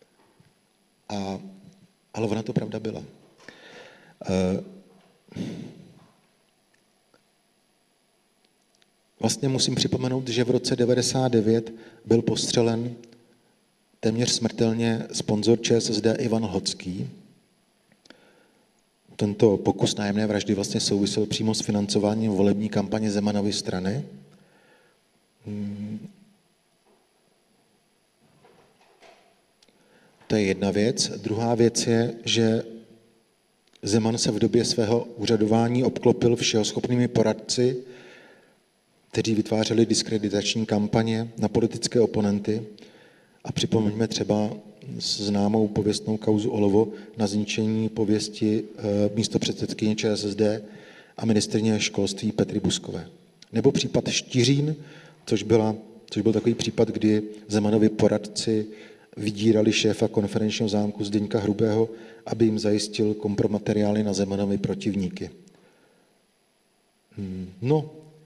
Ale ona to pravda byla. Vlastně musím připomenout, že v roce 1999 byl postřelen téměř smrtelně sponzor ČSSD Ivan Hocký. Tento pokus nájemné vraždy vlastně souvisel přímo s financováním volební kampaně Zemanovy strany. To je jedna věc. Druhá věc je, že Zeman se v době svého úřadování obklopil všehoschopnými poradci kteří vytvářeli diskreditační kampaně na politické oponenty. A připomeňme třeba známou pověstnou kauzu Olovo na zničení pověsti místopředsedkyně ČSSD a ministryně školství Petry Buskové. Nebo případ Štiřín, což byl takový případ, kdy Zemanovi poradci vydírali šéfa konferenčního zámku Zdeňka Hrubého, aby jim zajistil kompromateriály na Zemanovi protivníky. No,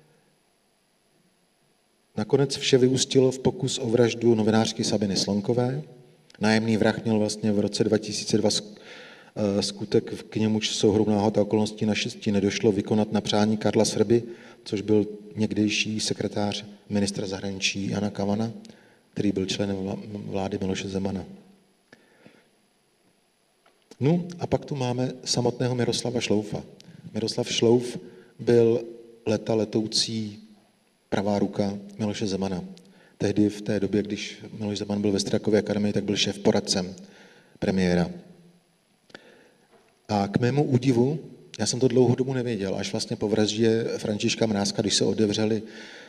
nakonec vše vyústilo v pokus o vraždu novinářky Sabiny Slonkové. Nájemný vrah měl vlastně v roce 2002 skutek, k němuž souhrou náhod a okolností naštěstí nedošlo, vykonat na přání Karla Srby, což byl někdejší sekretář ministra zahraničí Jana Kavana, který byl členem vlády Miloše Zemana. No a pak tu máme samotného Miroslava Šloufa. Miroslav Šlouf byl leta letoucí pravá ruka Miloše Zemana. Tehdy v té době, když Miloš Zeman byl ve Strakově akademii, tak byl šéf poradcem premiéra. A k mému údivu, já jsem to dlouhou dobu nevěděl, až vlastně po vraždě Františka Mrázka, když se otevřely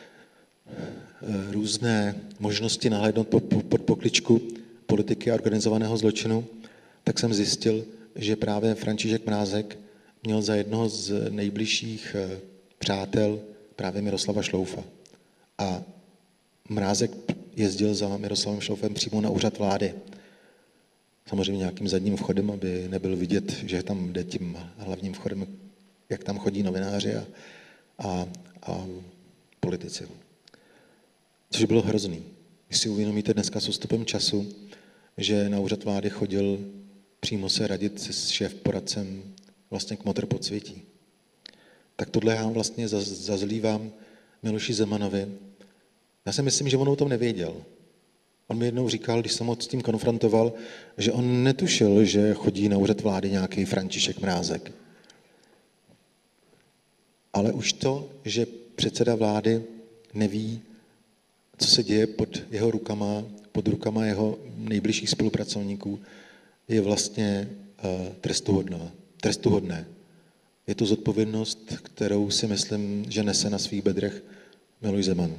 různé možnosti nahlédnout pod pokličku politiky a organizovaného zločinu, tak jsem zjistil, že právě František Mrázek měl za jednoho z nejbližších přátel právě Miroslava Šloufa. A Mrázek jezdil za Miroslavem Šloufem přímo na úřad vlády. Samozřejmě nějakým zadním vchodem, aby nebyl vidět, že tam jde tím hlavním vchodem, jak tam chodí novináři a politici. Což bylo hrozný. Když si uvědomíte dneska s odstupem času, že na úřad vlády chodil přímo se radit s šéf-poradcem vlastně k Motr podsvětí. Tak tohle já vlastně zazlívám Miloši Zemanovi. Já si myslím, že on o tom nevěděl. On mi jednou říkal, když jsem ho s tím konfrontoval, že on netušil, že chodí na úřad vlády nějaký František Mrázek. Ale už to, že předseda vlády neví, co se děje pod jeho rukama, pod rukama jeho nejbližších spolupracovníků, je vlastně trestuhodné. Je to zodpovědnost, kterou si myslím, že nese na svých bedrech Miloš Zeman.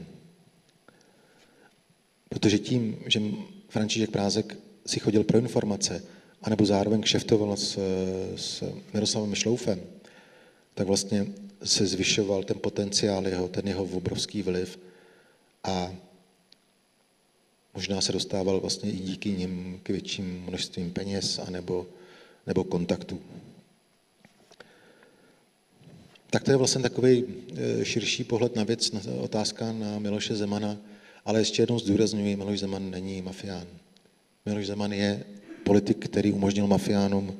Protože tím, že František Mrázek si chodil pro informace, anebo zároveň kšeftoval s Miroslavem Šloufem, tak vlastně se zvyšoval ten potenciál ten jeho obrovský vliv a možná se dostával vlastně i díky nim k větším množstvím peněz nebo kontaktů. Tak to je vlastně takový širší pohled na věc, otázka na Miloše Zemana, ale ještě jednou zdůrazňuji, Miloš Zeman není mafián. Miloš Zeman je politik, který umožnil mafiánům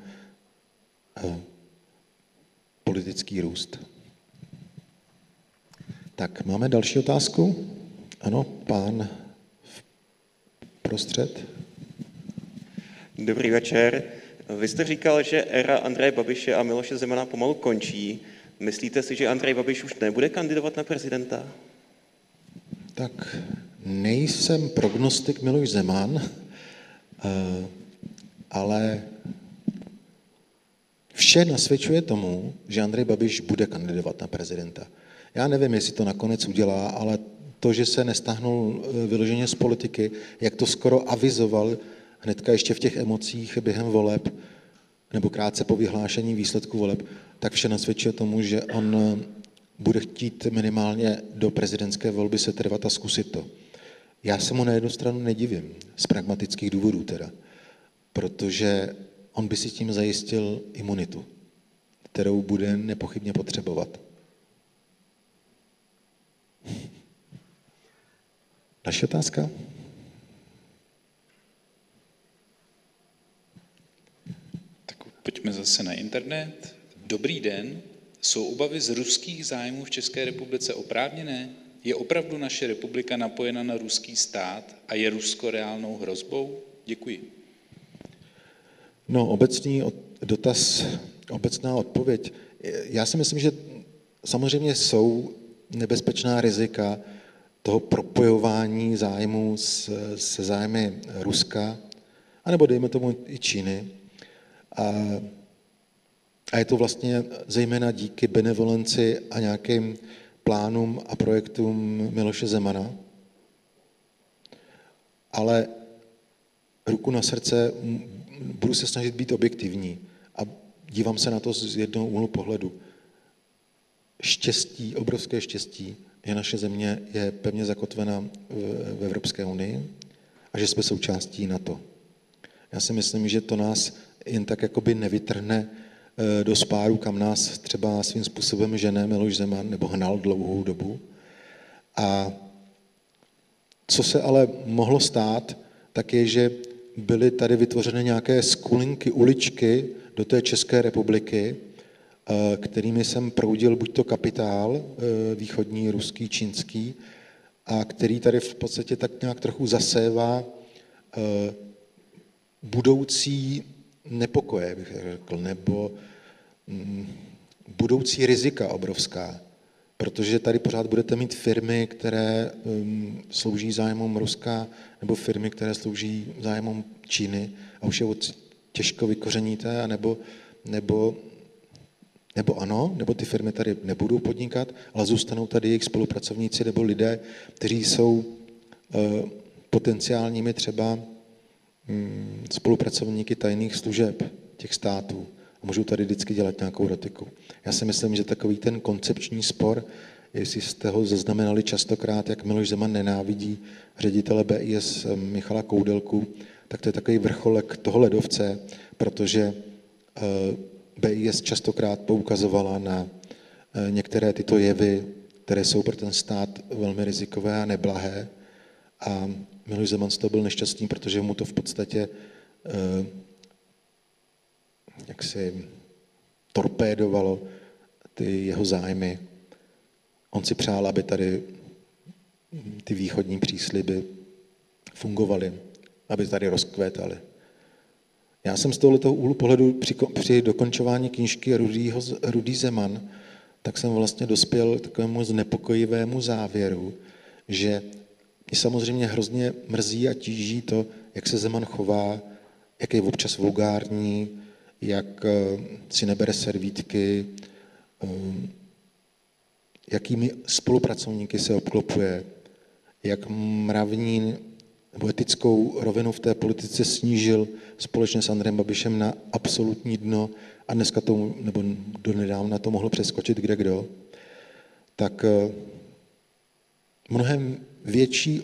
politický růst. Tak, máme další otázku? Ano, pán prostřed. Dobrý večer. Vy jste říkal, že éra Andreje Babiše a Miloše Zemana pomalu končí. Myslíte si, že Andrej Babiš už nebude kandidovat na prezidenta? Tak nejsem prognostik Miloš Zeman, ale vše nasvědčuje tomu, že Andrej Babiš bude kandidovat na prezidenta. Já nevím, jestli to nakonec udělá, ale to, že se nestáhnul vyloženě z politiky, jak to skoro avizoval hnedka ještě v těch emocích během voleb, nebo krátce po vyhlášení výsledku voleb, tak vše nasvědčuje tomu, že on bude chtít minimálně do prezidentské volby se trvat a zkusit to. Já se mu na jednu stranu nedivím, z pragmatických důvodů teda, protože on by si tím zajistil imunitu, kterou bude nepochybně potřebovat. Další otázka? Tak pojďme zase na internet. Dobrý den. Jsou obavy z ruských zájmů v České republice oprávněné? Je opravdu naše republika napojena na ruský stát a je Rusko reálnou hrozbou? Děkuji. No, obecný dotaz, obecná odpověď. Já si myslím, že samozřejmě jsou nebezpečná rizika toho propojování zájmů se zájmy Ruska, anebo dejme tomu i Číny. A je to vlastně zejména díky benevolenci a nějakým plánům a projektům Miloše Zemana, ale ruku na srdce budu se snažit být objektivní a dívám se na to z jednoho úhlu pohledu. Štěstí, obrovské štěstí, že naše země je pevně zakotvena v Evropské unii a že jsme součástí NATO. Já si myslím, že to nás jen tak jakoby nevytrhne do spáru, kam nás třeba svým způsobem žene Miloš Zeman nebo hnal dlouhou dobu. A co se ale mohlo stát, tak je, že byly tady vytvořeny nějaké skulinky, uličky do té České republiky, kterými jsem proudil buď to kapitál, východní, ruský, čínský, a který tady v podstatě tak nějak trochu zasévá budoucí nepokoje, bych řekl, nebo budoucí rizika obrovská, protože tady pořád budete mít firmy, které slouží zájmům Ruska, nebo firmy, které slouží zájmům Číny a už je těžko vykořeníte, nebo ano, nebo ty firmy tady nebudou podnikat, ale zůstanou tady jejich spolupracovníci nebo lidé, kteří jsou potenciálními třeba spolupracovníky tajných služeb těch států a můžou tady vždycky dělat nějakou rotiku. Já si myslím, že takový ten koncepční spor, jestli jste ho zaznamenali častokrát, jak Miloš Zeman nenávidí ředitele BIS Michala Koudelku, tak to je takový vrcholek toho ledovce, protože BIS častokrát poukazovala na některé tyto jevy, které jsou pro ten stát velmi rizikové a neblahé. A Miloš Zeman z toho byl nešťastný, protože mu to v podstatě jaksi torpédovalo ty jeho zájmy. On si přál, aby tady ty východní přísliby fungovaly, aby tady rozkvétaly. Já jsem z tohoto úhlu pohledu při dokončování knížky Rudý Zeman, tak jsem vlastně dospěl k takovému znepokojivému závěru, že mě samozřejmě hrozně mrzí a tíží to, jak se Zeman chová, jak je občas vulgární, jak si nebere servítky, jakými spolupracovníky se obklopuje, jak mravní nebo etickou rovinu v té politice snížil společně s Andrejem Babišem na absolutní dno a dneska to, nebo donedávna to mohlo přeskočit kdekdo, tak mnohem větší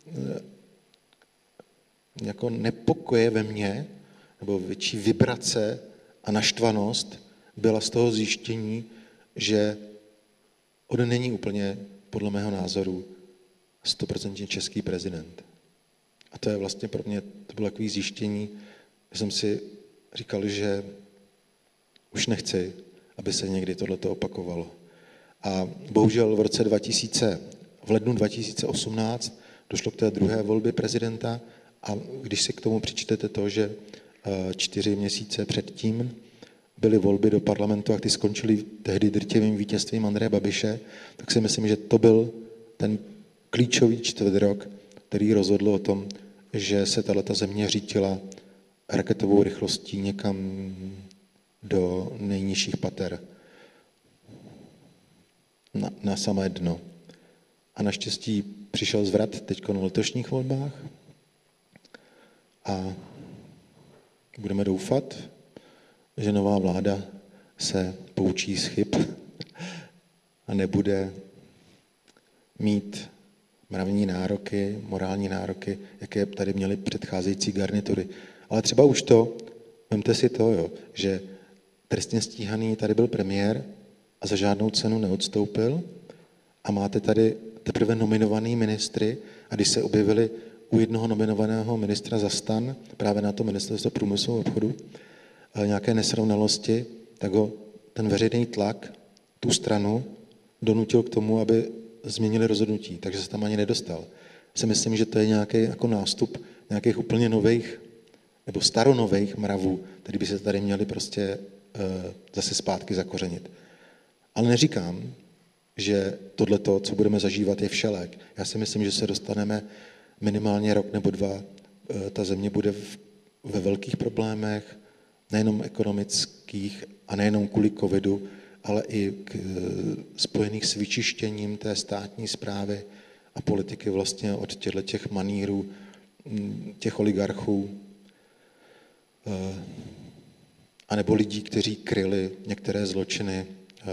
jako nepokoje ve mně, nebo větší vibrace a naštvanost byla z toho zjištění, že on není úplně, podle mého názoru, 100% český prezident. A to je vlastně pro mě, to bylo takové zjištění, že jsem si říkal, že už nechci, aby se někdy tohleto opakovalo. A bohužel v lednu 2018 došlo k té druhé volbě prezidenta a když si k tomu přičtete to, že 4 měsíce předtím byly volby do parlamentu a ty skončily tehdy drtivým vítězstvím Andreje Babiše, tak si myslím, že to byl ten klíčový čtvrtrok, který rozhodl o tom, že se tato země řítila raketovou rychlostí někam do nejnižších pater. Na samé dno. A naštěstí přišel zvrat teď na letošních volbách a budeme doufat, že nová vláda se poučí z chyb a nebude mít mravní nároky, morální nároky, jaké tady měly předcházející garnitury. Ale třeba už to, vemte si to, jo, že trestně stíhaný tady byl premiér a za žádnou cenu neodstoupil a máte tady teprve nominovaný ministry a když se objevili u jednoho nominovaného ministra za STAN, právě na to ministerstvo průmyslu a obchodu, nějaké nesrovnalosti, tak ho ten veřejný tlak, tu stranu, donutil k tomu, aby změnili rozhodnutí, takže se tam ani nedostal. Si myslím, že to je nějaký jako nástup nějakých úplně nových nebo staronových mravů, který by se tady měli prostě zase zpátky zakořenit. Ale neříkám, že tohleto, co budeme zažívat, je všelék. Já si myslím, že se dostaneme minimálně rok nebo 2. Ta země bude ve velkých problémech, nejenom ekonomických a nejenom kvůli covidu, ale i spojených s vyčištěním té státní správy a politiky vlastně od těch manýrů, těch oligarchů, anebo lidí, kteří kryli některé zločiny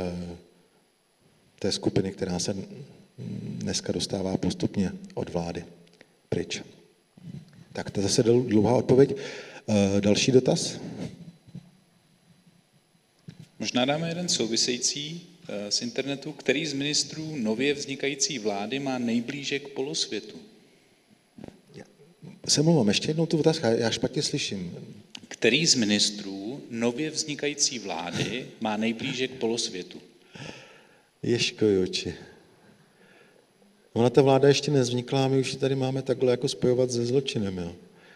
té skupiny, která se dneska dostává postupně od vlády pryč. Tak to je zase dlouhá odpověď. Další dotaz? Možná dáme jeden související z internetu. Který z ministrů nově vznikající vlády má nejblíže k polosvětu? Se mluvám, ještě jednou tu otázku, já špatně slyším. Který z ministrů nově vznikající vlády má nejblíže k polosvětu? Ježkojoči. Ona ta vláda ještě nevznikla, my už ji tady máme takhle jako spojovat se zločinem. Jo.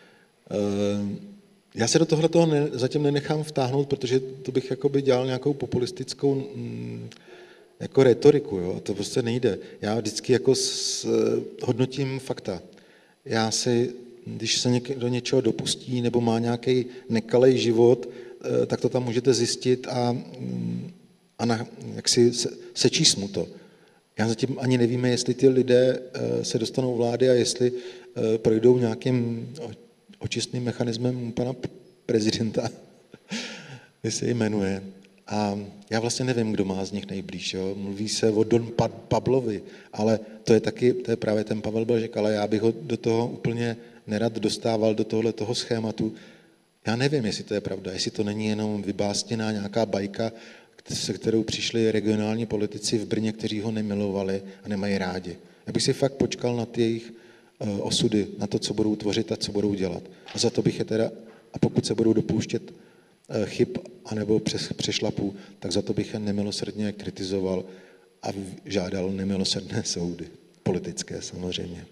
Já se do tohle zatím nenechám vtáhnout, protože to bych jakoby dělal nějakou populistickou jako retoriku. Jo. To prostě nejde. Já vždycky jako hodnotím fakta. Já si, když se do něčeho dopustí nebo má nějaký nekalej život, tak to tam můžete zjistit a jak si sečíst mu to. Já zatím ani nevíme, jestli ty lidé se dostanou vlády a jestli projdou nějakým očistným mechanismem pana prezidenta, jak se jmenuje. A já vlastně nevím, kdo má z nich nejblíž. Jo? Mluví se o Don Pablovi, ale to je právě ten Pavel Blažek, ale já bych ho do toho úplně nerad dostával, do toho schématu. Já nevím, jestli to je pravda, jestli to není jenom vybásněná nějaká bajka, se kterou přišli regionální politici v Brně, kteří ho nemilovali a nemají rádi. Já bych si fakt počkal na ty jejich osudy, na to, co budou tvořit a co budou dělat. A za to bych je teda, a pokud se budou dopouštět chyb anebo přešlapů, tak za to bych je nemilosrdně kritizoval a žádal nemilosrdné soudy. Politické samozřejmě.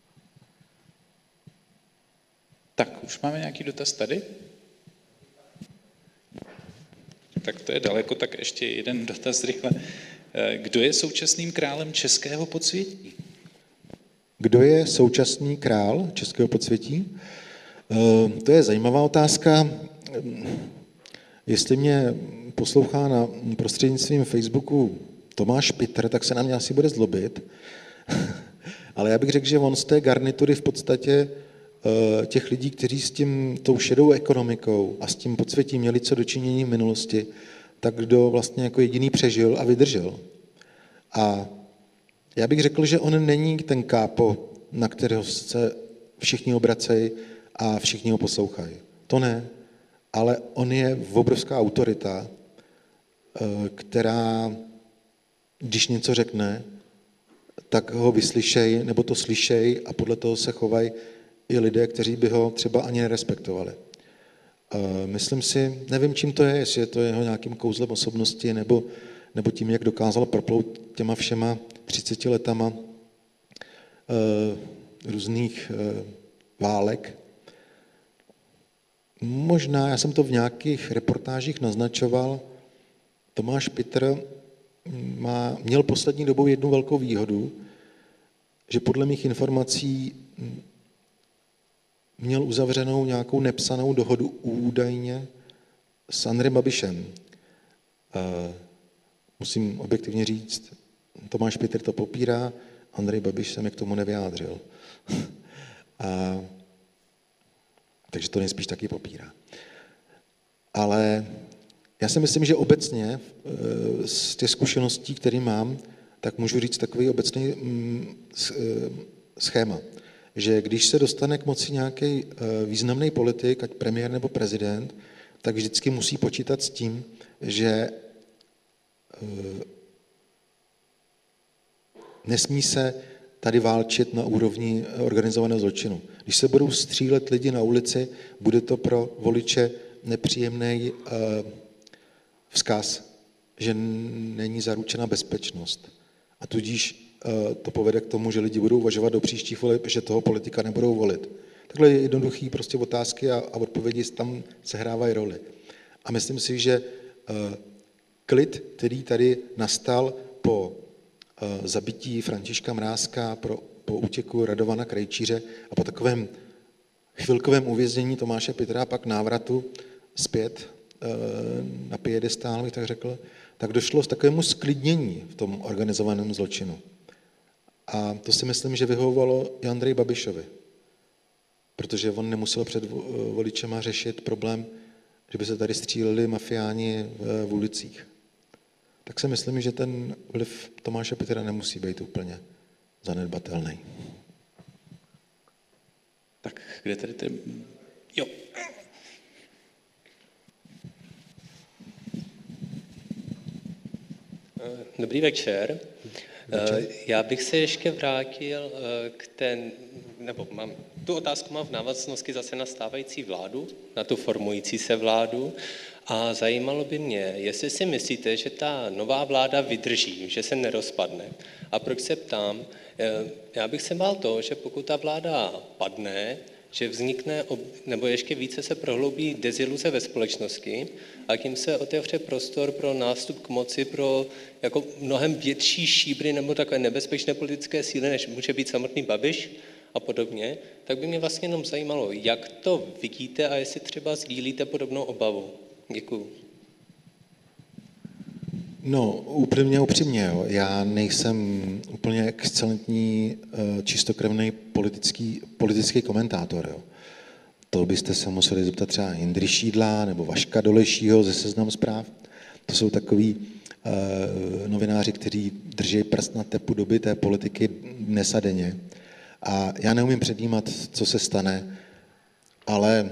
Tak, už máme nějaký dotaz tady? Tak to je daleko, tak ještě jeden dotaz rychle. Kdo je současným králem českého podsvětí? Kdo je současný král českého podsvětí? To je zajímavá otázka. Jestli mě poslouchá na prostřednictvím Facebooku Tomáš Pitr, tak se na mě asi bude zlobit. Ale já bych řekl, že on z té garnitury v podstatě těch lidí, kteří s tou šedou ekonomikou a s tím podsvětím měli co dočinění v minulosti, tak kdo vlastně jako jediný přežil a vydržel. A já bych řekl, že on není ten kápo, na kterého se všichni obracejí a všichni ho poslouchají. To ne, ale on je obrovská autorita, která, když něco řekne, tak ho vyslyšej, nebo to slyšej a podle toho se chovají i lidé, kteří by ho třeba ani nerespektovali. Myslím si, nevím, čím to je, jestli je to jeho nějakým kouzlem osobnosti, nebo tím, jak dokázal proplout těma všema 30 letama různých válek. Možná, já jsem to v nějakých reportážích naznačoval, Tomáš Pitr měl poslední dobou jednu velkou výhodu, že podle mých informací měl uzavřenou nějakou nepsanou dohodu údajně s Andrejem Babišem. Musím objektivně říct, Tomáš Pitr to popírá, Andrej Babiš se mi k tomu nevyjádřil. Takže to nejspíš taky popírá. Ale já si myslím, že obecně z těch zkušeností, které mám, tak můžu říct takový obecný schéma, že když se dostane k moci nějaký významný politik, ať premiér nebo prezident, tak vždycky musí počítat s tím, že nesmí se tady válčit na úrovni organizovaného zločinu. Když se budou střílet lidi na ulici, bude to pro voliče nepříjemný vzkaz, že není zaručena bezpečnost. A tudíž to povede k tomu, že lidi budou uvažovat do příštích voleb, že toho politika nebudou volit. Takhle jednoduchý prostě otázky a odpovědi tam sehrávají roli. A myslím si, že klid, který tady nastal po zabití Františka Mrázka, po útěku Radovana Krejčíře a po takovém chvilkovém uvěznění Tomáše Pitra a pak návratu zpět na piedestál, bych tak řekl, tak došlo k takovému sklidnění v tom organizovaném zločinu. A to si myslím, že vyhovovalo i Andreji Babišovi. Protože on nemusel před voličema řešit problém, že by se tady stříleli mafiáni v ulicích. Tak si myslím, že ten vliv Tomáše Petera nemusí být úplně zanedbatelný. Tak kde tady ty... Jo. Dobrý večer. Já bych se ještě vrátil tu otázku mám v návaznosti zase na stávající vládu, na tu formující se vládu a zajímalo by mě, jestli si myslíte, že ta nová vláda vydrží, že se nerozpadne. A proč se ptám? Já bych se bál to, že pokud ta vláda padne, že vznikne, nebo ještě více se prohloubí deziluze ve společnosti a tím se otevře prostor pro nástup k moci pro jako mnohem větší šíbry nebo takové nebezpečné politické síly, než může být samotný Babiš a podobně, tak by mě vlastně jenom zajímalo, jak to vidíte a jestli třeba sdílíte podobnou obavu. Děkuju. No, upřímně, jo. Já nejsem úplně excelentní, čistokrevný politický komentátor. Jo. To byste se museli zeptat třeba Jindry Šídla nebo Vaška Dolejšího ze Seznam Zpráv. To jsou takový novináři, kteří drží prst na tepu doby té politiky dnes a denně. A já neumím předjímat, co se stane, ale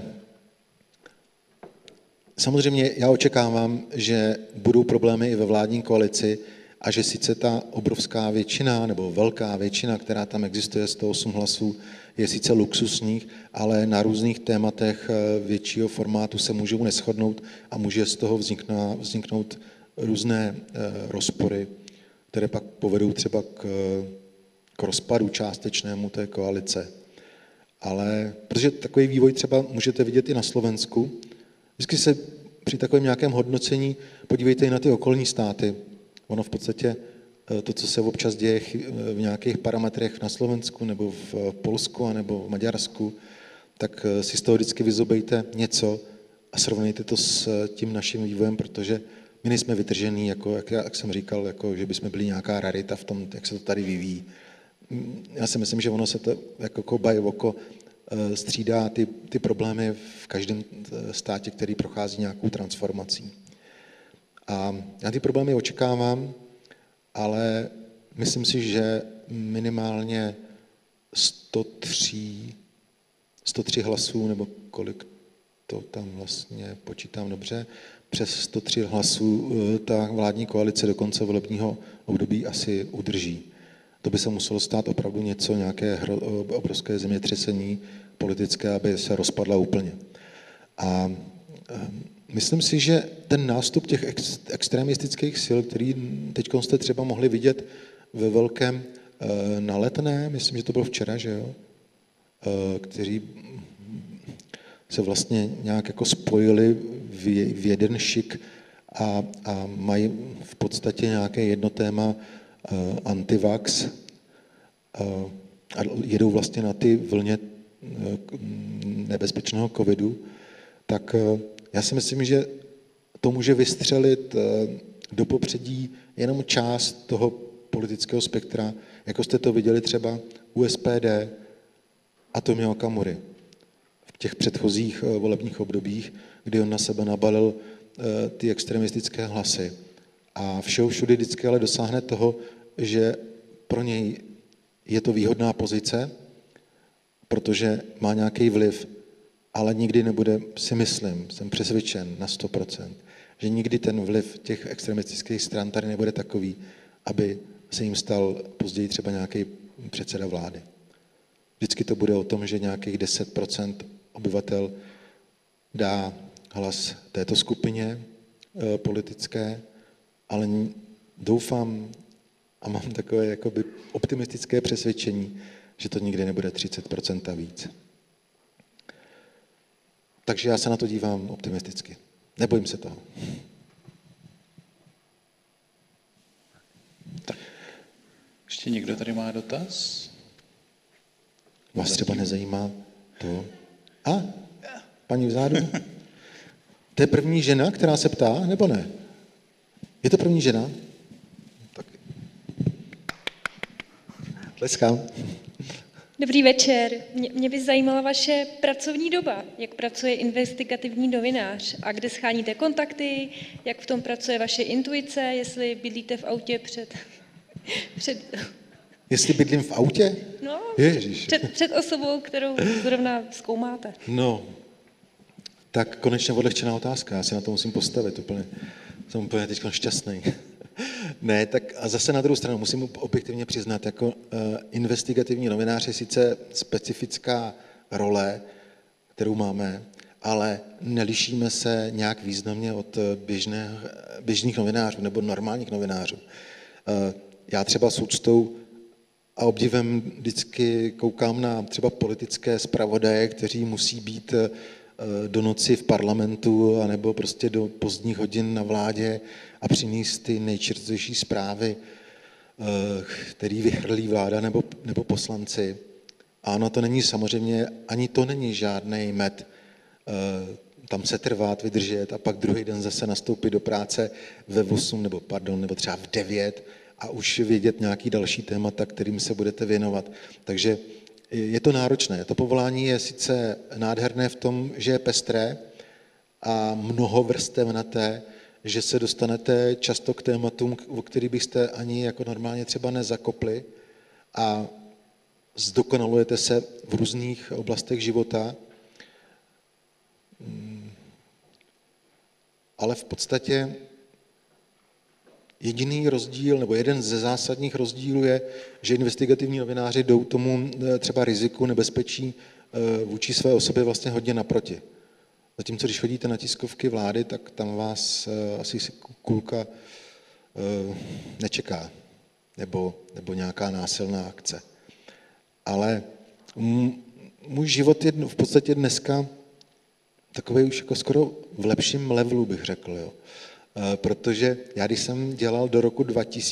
samozřejmě já očekávám, že budou problémy i ve vládní koalici a že sice ta obrovská většina nebo velká většina, která tam existuje, 108 hlasů, je sice luxusních, ale na různých tématech většího formátu se můžou neshodnout a může z toho vzniknout různé rozpory, které pak povedou třeba k rozpadu částečnému té koalice. Ale protože takový vývoj třeba můžete vidět i na Slovensku, vždycky se při takovém nějakém hodnocení podívejte i na ty okolní státy. Ono v podstatě to, co se občas děje v nějakých parametrech na Slovensku nebo v Polsku nebo v Maďarsku, tak si z toho vždycky vyzobejte něco a srovnejte to s tím naším vývojem, protože my nejsme vytržení, jako, jak jsem říkal, jako, že bychom byli nějaká rarita v tom, jak se to tady vyvíjí. Já si myslím, že ono se to jako kobaj v oko střídá ty problémy v každém státě, který prochází nějakou transformací. A já ty problémy očekávám, ale myslím si, že minimálně 103 hlasů, nebo kolik to tam vlastně počítám dobře, přes 103 hlasů ta vládní koalice do konce volebního období asi udrží. To by se muselo stát opravdu něco, nějaké obrovské zemětřesení politické, aby se rozpadla úplně. A myslím si, že ten nástup těch extremistických sil, který teď jste třeba mohli vidět ve velkém na Letné, myslím, že to bylo včera, že jo, kteří se vlastně nějak jako spojili v jeden šik a mají v podstatě nějaké jedno téma antivax a jedou vlastně na ty vlně nebezpečného covidu, tak já si myslím, že to může vystřelit do popředí jenom část toho politického spektra, jako jste to viděli třeba u SPD a Tomia Okamury v těch předchozích volebních obdobích, kdy on na sebe nabalil ty extremistické hlasy. A všude vždycky ale dosáhne toho, že pro něj je to výhodná pozice, protože má nějaký vliv, ale nikdy nebude, si myslím, jsem přesvědčen na 100%, že nikdy ten vliv těch extremistických stran tady nebude takový, aby se jim stal později třeba nějaký předseda vlády. Vždycky to bude o tom, že nějakých 10% obyvatel dá hlas této skupině politické, ale doufám a mám takové jakoby optimistické přesvědčení, že to nikdy nebude 30% a víc. Takže já se na to dívám optimisticky. Nebojím se toho. Tak. Ještě někdo tady má dotaz? Vás třeba nezajímá to? A? Paní vzadu? To je první žena, která se ptá, nebo ne? Je to první žena? Tak. Tleskám. Dobrý večer. Mě by zajímala vaše pracovní doba. Jak pracuje investigativní novinář a kde scháníte kontakty, jak v tom pracuje vaše intuice, jestli bydlíte v autě před Jestli bydlím v autě? no, Ježiš. před osobou, kterou zrovna zkoumáte. No, tak konečně odlehčená otázka. Já si na to musím postavit úplně. Jsem úplně teď šťastný. Ne, tak a zase na druhou stranu musím objektivně přiznat, jako investigativní novinář je sice specifická role, kterou máme, ale nelišíme se nějak významně od běžných novinářů nebo normálních novinářů. Já třeba s úctou a obdivem vždycky koukám na třeba politické zpravodaje, kteří musí být do noci v parlamentu anebo prostě do pozdních hodin na vládě a přinést ty nejčerstvější zprávy, který vyhrlí vláda nebo poslanci. A ono to není samozřejmě, ani to není žádný med, tam se trvat, vydržet a pak druhý den zase nastoupit do práce ve 8 nebo třeba v 9 a už vědět nějaký další témata, kterým se budete věnovat. Takže je to náročné. To povolání je sice nádherné v tom, že je pestré a mnohovrstevnaté, že se dostanete často k tématům, o kterých byste ani jako normálně třeba nezakopli a zdokonalujete se v různých oblastech života. Ale v podstatě jediný rozdíl, nebo jeden ze zásadních rozdílů je, že investigativní novináři jdou tomu třeba riziku, nebezpečí vůči své osobě vlastně hodně naproti. Zatímco když chodíte na tiskovky vlády, tak tam vás asi kulka nečeká, nebo nějaká násilná akce. Ale můj život je v podstatě dneska takový už jako skoro v lepším levelu, bych řekl. Jo. Protože já, když jsem dělal do roku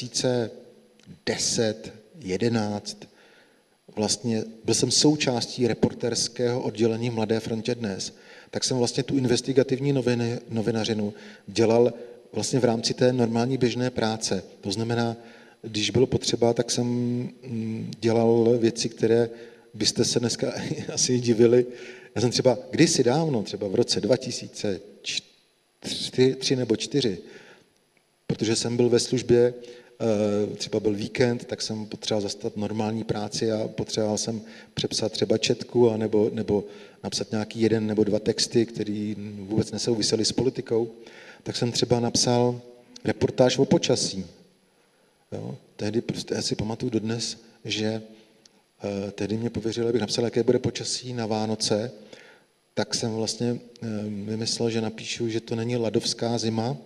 2010, 11, vlastně byl jsem součástí reporterského oddělení Mladé frontě Dnes, tak jsem vlastně tu investigativní novinařinu dělal vlastně v rámci té normální běžné práce. To znamená, když bylo potřeba, tak jsem dělal věci, které byste se dneska asi divili. Já jsem třeba kdysi dávno, třeba v roce 2003 nebo 2004, protože jsem byl ve službě, třeba byl víkend, tak jsem potřeboval zastat normální práci a potřeboval jsem přepsat třeba četku nebo napsat nějaký 1 nebo 2 texty, které vůbec nesouvisely s politikou, tak jsem třeba napsal reportáž o počasí. Jo? Tehdy prostě já si pamatuju dodnes, že tehdy mě pověřili, abych napsal, jaké bude počasí na Vánoce, tak jsem vlastně vymyslel, že napíšu, že to není ladovská zima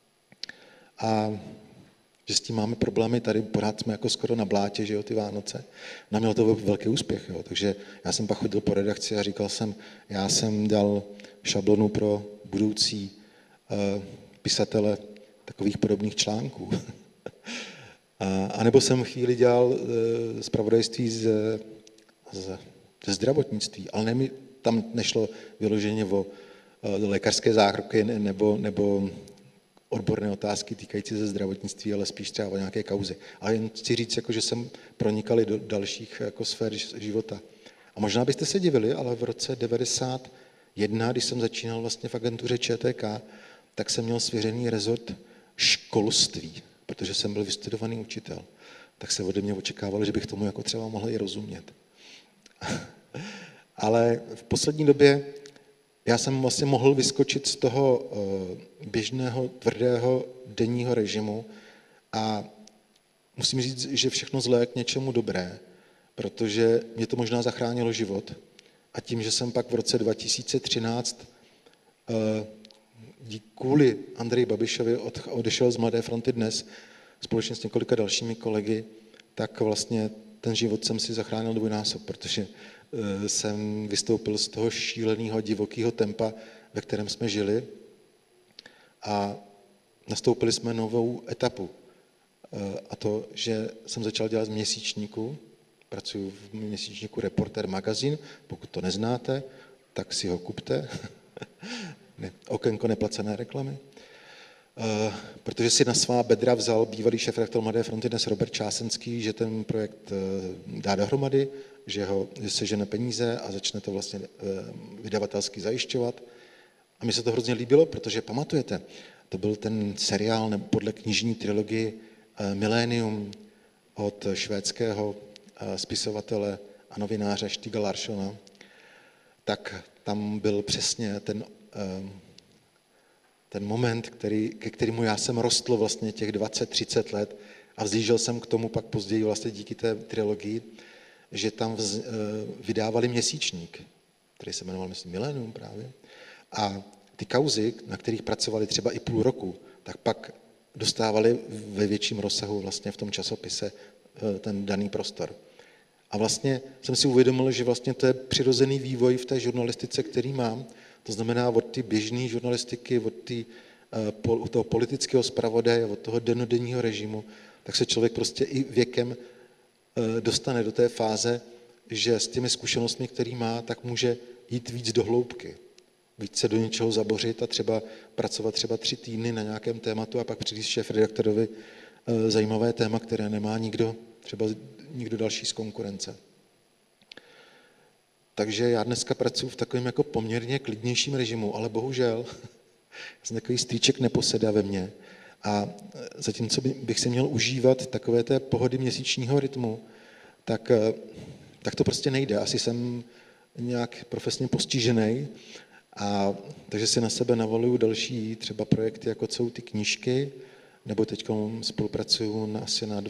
a že s tím máme problémy, tady pořád jsme jako skoro na blátě, že jo, ty Vánoce. No, mělo to velký úspěch, jo, takže já jsem pak chodil po redakci a říkal jsem, já jsem dal šablonu pro budoucí pisatele takových podobných článků. A nebo jsem chvíli dělal zpravodajství ze zdravotnictví, ale tam nešlo vyloženě o lékařské zákroky nebo odborné otázky týkající se zdravotnictví, ale spíš třeba o nějaké kauzy. Ale jen chci říct, jako, že jsem pronikal do dalších jako sfér života. A možná byste se divili, ale v roce 1991, když jsem začínal vlastně v agentuře ČTK, tak jsem měl svěřený rezort školství, protože jsem byl vystudovaný učitel. Tak se ode mě očekávalo, že bych tomu jako třeba mohl i rozumět. Ale v poslední době já jsem vlastně mohl vyskočit z toho běžného, tvrdého denního režimu a musím říct, že všechno zlé je k něčemu dobré, protože mě to možná zachránilo život. A tím, že jsem pak v roce 2013 kvůli Andreji Babišovi odešel z Mladé fronty Dnes společně s několika dalšími kolegy, tak vlastně ten život jsem si zachránil dvojnásob, protože jsem vystoupil z toho šíleného divokého tempa, ve kterém jsme žili a nastoupili jsme novou etapu. A to, že jsem začal dělat z měsíčníku, pracuji v měsíčníku Reporter magazín, pokud to neznáte, tak si ho kupte. Ne, okénko neplacené reklamy. protože si na svá bedra vzal bývalý šéfredaktor Mladé fronty, dnes Robert Čásenský, že ten projekt dá dohromady, že sežene peníze a začne to vlastně vydavatelsky zajišťovat. A mně se to hrozně líbilo, protože pamatujete, to byl ten seriál podle knižní trilogie Millennium od švédského spisovatele a novináře Stiga Larssona, tak tam byl přesně ten moment, ke kterému já jsem rostl vlastně těch 20-30 let a vzlížel jsem k tomu pak později vlastně díky té trilogii, že tam vydávali měsíčník, který se jmenoval, myslím, Millennium právě. A ty kauzy, na kterých pracovali třeba i půl roku, tak pak dostávali ve větším rozsahu vlastně v tom časopise ten daný prostor. A vlastně jsem si uvědomil, že vlastně to je přirozený vývoj v té žurnalistice, který mám. To znamená od té běžné žurnalistiky, od toho politického zpravodaje, od toho dennodenního režimu, tak se člověk prostě i věkem dostane do té fáze, že s těmi zkušenostmi, který má, tak může jít víc do hloubky. Víc se do něčeho zabořit a třeba pracovat třeba 3 týdny na nějakém tématu a pak přijít šéfredaktorovi zajímavé téma, které nemá nikdo další z konkurence. Takže já dneska pracuji v takovém jako poměrně klidnějším režimu, ale bohužel jsem takový strýček neposedá ve mně. A zatímco bych si měl užívat takové té pohody měsíčního rytmu, tak to prostě nejde. Asi jsem nějak profesně postižený, a takže si na sebe navaluju další třeba projekty, jako jsou ty knížky, nebo teď spolupracuju asi na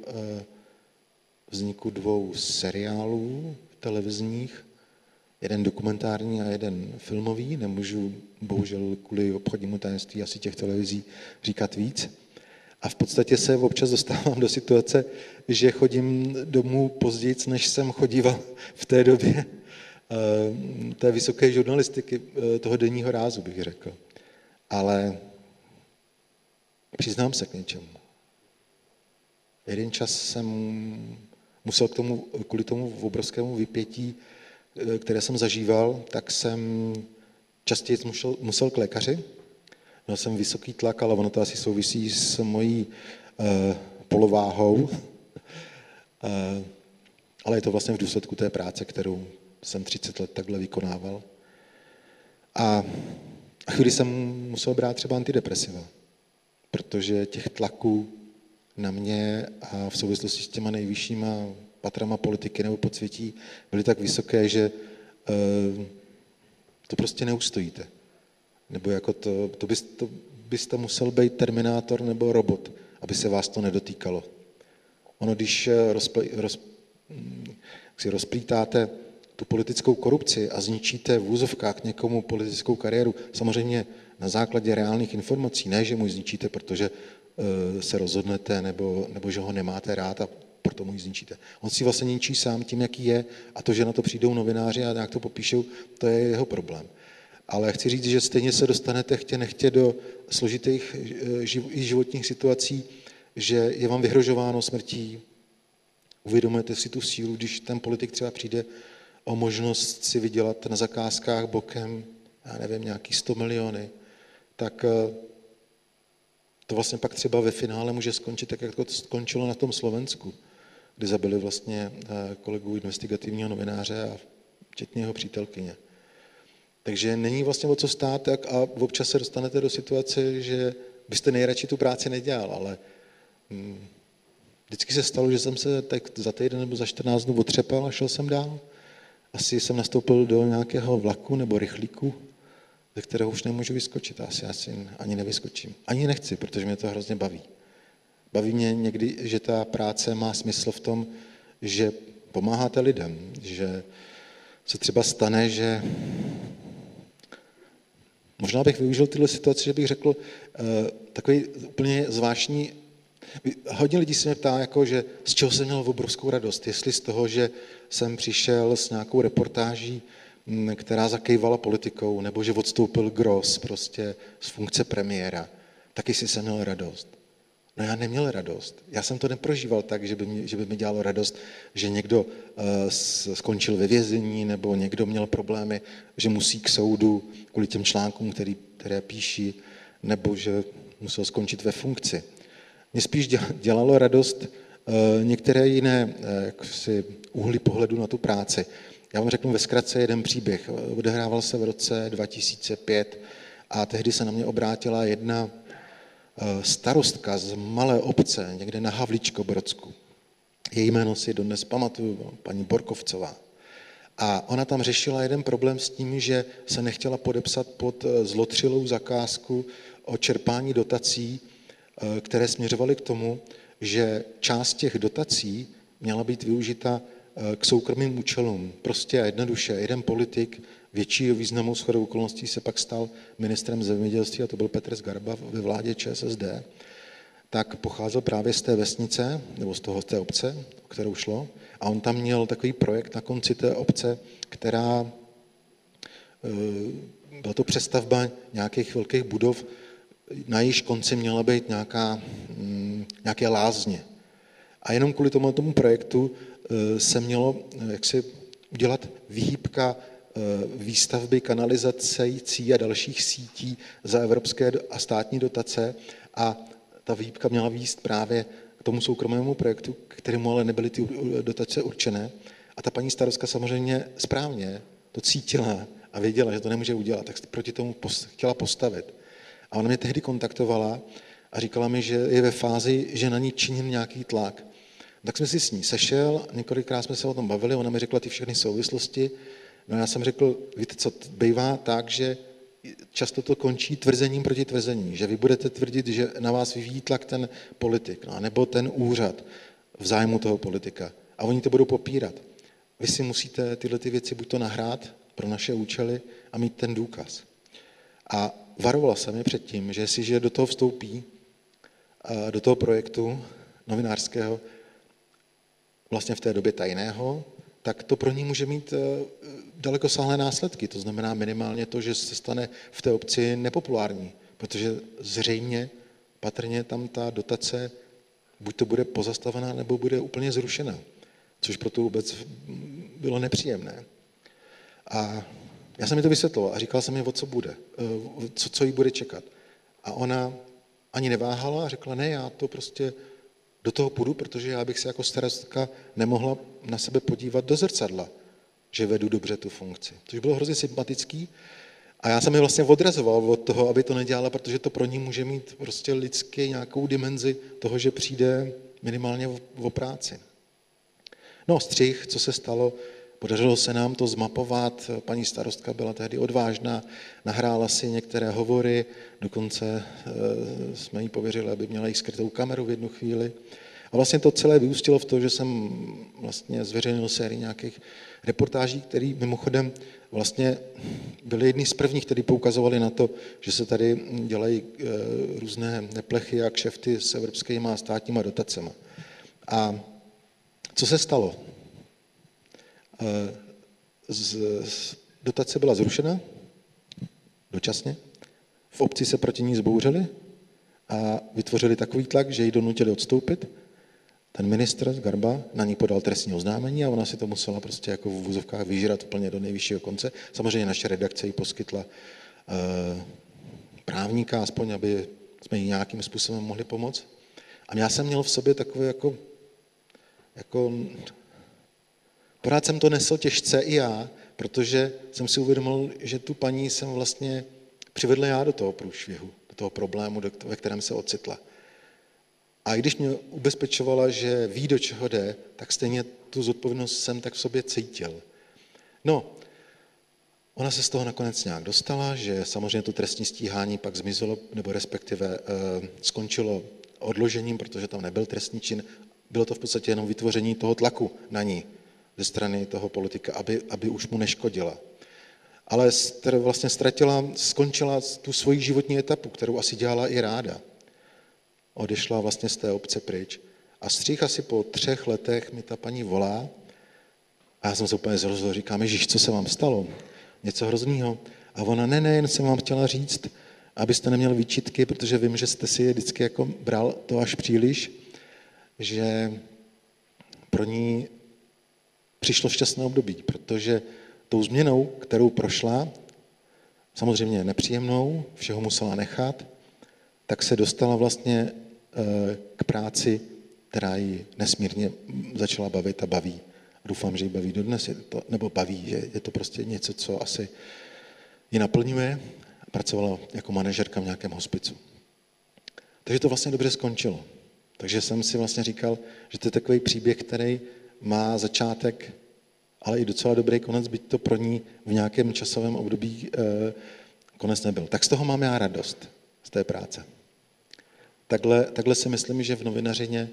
vzniku 2 seriálů televizních, jeden dokumentární a jeden filmový, nemůžu bohužel kvůli obchodnímu tajemství asi těch televizí říkat víc. A v podstatě se občas dostávám do situace, že chodím domů později, než jsem chodíval v té době té vysoké žurnalistiky, toho denního rázu, bych řekl. Ale přiznám se k něčemu. Jeden čas jsem musel kvůli tomu obrovskému vypětí, které jsem zažíval, tak jsem častěji musel k lékaři. Měl jsem vysoký tlak, ale ono to asi souvisí s mojí polováhou. Ale je to vlastně v důsledku té práce, kterou jsem 30 let takhle vykonával. A chvíli jsem musel brát třeba antidepresiva, protože těch tlaků na mě a v souvislosti s těma nejvyššíma patrama politiky nebo podsvětí byly tak vysoké, že to prostě neustojíte. Nebo jako to byste musel být terminátor nebo robot, aby se vás to nedotýkalo. Ono, když rozplítáte tu politickou korupci a zničíte v úzovkách někomu politickou kariéru, samozřejmě na základě reálných informací, ne, že mu ji zničíte, protože se rozhodnete nebo že ho nemáte rád a proto mu ji zničíte. On si vlastně ničí sám tím, jaký je, a to, že na to přijdou novináři a nějak to popíšou, to je jeho problém. Ale chci říct, že stejně se dostanete chtě nechtě do složitých životních situací, že je vám vyhrožováno smrtí, uvědomujete si tu sílu, když ten politik třeba přijde o možnost si vydělat na zakázkách bokem, já nevím, nějaký 100 miliony, tak to vlastně pak třeba ve finále může skončit tak, jak to skončilo na tom Slovensku, kdy zabili vlastně kolegu investigativního novináře a včetně jeho přítelkyně. Takže není vlastně o co stát a občas se dostanete do situace, že byste nejradši tu práci nedělal, ale vždycky se stalo, že jsem se tak za týden nebo za 14 dnů otřepal a šel jsem dál. Asi jsem nastoupil do nějakého vlaku nebo rychlíku, ze kterého už nemůžu vyskočit. Asi ani nevyskočím. Ani nechci, protože mě to hrozně baví. Baví mě někdy, že ta práce má smysl v tom, že pomáháte lidem, že se třeba stane, že možná bych využil tyhle situace, že bych řekl takový úplně zvláštní. Hodně lidí se mě ptá, jako, že z čeho jsem měl obrovskou radost. Jestli z toho, že jsem přišel s nějakou reportáží, která zakejvala politikou, nebo že odstoupil Gross prostě z funkce premiéra, taky jsem měl radost. No já neměl radost. Já jsem to neprožíval tak, že by mi dělalo radost, že někdo skončil ve vězení, nebo někdo měl problémy, že musí k soudu kvůli těm článkům, které píší, nebo že musel skončit ve funkci. Mě spíš dělalo radost některé jiné úhly pohledu na tu práci. Já vám řeknu ve zkratce jeden příběh. Odehrával se v roce 2005 a tehdy se na mě obrátila jedna starostka z malé obce, někde na Havlíčkobrodsku. Její jméno si dodnes pamatuju, paní Borkovcová. A ona tam řešila jeden problém s tím, že se nechtěla podepsat pod zlotřilou zakázku o čerpání dotací, které směřovaly k tomu, že část těch dotací měla být využita k soukromým účelům. Prostě a jednoduše, jeden politik většího významu shodou okolností se pak stal ministrem zemědělství, a to byl Petr Zgarba ve vládě ČSSD, tak pocházel právě z té vesnice, nebo z té obce, o kterou šlo, a on tam měl takový projekt na konci té obce, která byla to přestavba nějakých velkých budov, na jejíž konci měla být nějaké lázně. A jenom kvůli tomu projektu se mělo jaksi udělat výhybka výstavby kanalizací a dalších sítí za evropské a státní dotace a ta výhybka měla výjist právě k tomu soukromému projektu, kterému ale nebyly ty dotace určené. A ta paní starostka samozřejmě správně to cítila a věděla, že to nemůže udělat, tak proti tomu chtěla postavit. A ona mě tehdy kontaktovala a říkala mi, že je ve fázi, že na ní činím nějaký tlak. Tak jsem si s ní sešel, několikrát jsme se o tom bavili, ona mi řekla ty všechny souvislosti. No já jsem řekl, víte co, bývá tak, že často to končí tvrzením proti tvrzení, že vy budete tvrdit, že na vás vyvíjí tlak ten politik, no, nebo ten úřad v zájmu toho politika. A oni to budou popírat. Vy si musíte tyhle ty věci buď to nahrát pro naše účely a mít ten důkaz. A varovala jsem je před tím, že jestliže do toho vstoupí, do toho projektu novinářského, vlastně v té době tajného, tak to pro ní může mít dalekosáhlé následky. To znamená minimálně to, že se stane v té obci nepopulární, protože zřejmě, patrně tam ta dotace buď to bude pozastavená, nebo bude úplně zrušena, což pro tu obec bylo nepříjemné. A já jsem mi to vysvětloval a říkal jsem mi, o co bude, co jí bude čekat. A ona ani neváhala a řekla, ne, já to prostě do toho půjdu, protože já bych se jako starostka nemohla na sebe podívat do zrcadla, že vedu dobře tu funkci. Což bylo hrozně sympatický a já jsem ji vlastně odrazoval od toho, aby to nedělala, protože to pro ní může mít prostě lidsky nějakou dimenzi toho, že přijde minimálně o práci. No, střih, co se stalo, podařilo se nám to zmapovat, paní starostka byla tehdy odvážná, nahrála si některé hovory, dokonce jsme jí pověřili, aby měla i skrytou kameru v jednu chvíli. A vlastně to celé vyústilo v to, že jsem vlastně zveřejnil sérii nějakých reportáží, které mimochodem vlastně byly jedny z prvních, které poukazovali na to, že se tady dělají různé neplechy a kšefty s evropskými a státníma dotacemi. A co se stalo? Dotace byla zrušena dočasně, v obci se proti ní zbouřili a vytvořili takový tlak, že ji donutili odstoupit. Ten ministr Zgarba na ní podal trestní oznámení a ona si to musela prostě jako v vůzovkách vyžrat úplně do nejvyššího konce. Samozřejmě naše redakce jí poskytla právníka, aspoň aby jsme jí nějakým způsobem mohli pomoct. A já jsem měl v sobě takový jako pořád jsem to nesl těžce i já, protože jsem si uvědomil, že tu paní jsem vlastně přivedl já do toho průšvihu, do toho problému, ve kterém se ocitla. A i když mě ubezpečovala, že ví, do čeho jde, tak stejně tu zodpovědnost jsem tak v sobě cítil. No, ona se z toho nakonec nějak dostala, že samozřejmě to trestní stíhání pak zmizelo, nebo respektive skončilo odložením, protože tam nebyl trestní čin. Bylo to v podstatě jenom vytvoření toho tlaku na ní ze strany toho politika, aby už mu neškodila. Ale vlastně skončila tu svoji životní etapu, kterou asi dělala i ráda. Odešla vlastně z té obce pryč. A střih asi po 3 letech mi ta paní volá a já jsem se úplně zrozl, říkám, Ježíš, co se vám stalo? Něco hroznýho? A ona, ne, jen jsem vám chtěla říct, abyste neměl výčitky, protože vím, že jste si je vždycky jako bral to až příliš, že pro ní přišlo šťastné období, protože tou změnou, kterou prošla, samozřejmě nepříjemnou, všeho musela nechat, tak se dostala vlastně k práci, která ji nesmírně začala bavit a baví. Doufám, že ji baví dodnes, nebo baví, že je to prostě něco, co asi ji naplňuje. Pracovala jako manažerka v nějakém hospicu. Takže to vlastně dobře skončilo. Takže jsem si vlastně říkal, že to je takový příběh, který má začátek, ale i docela dobrý konec, byť to pro ní v nějakém časovém období konec nebyl. Tak z toho mám já radost, z té práce. Takhle si myslím, že v novinařině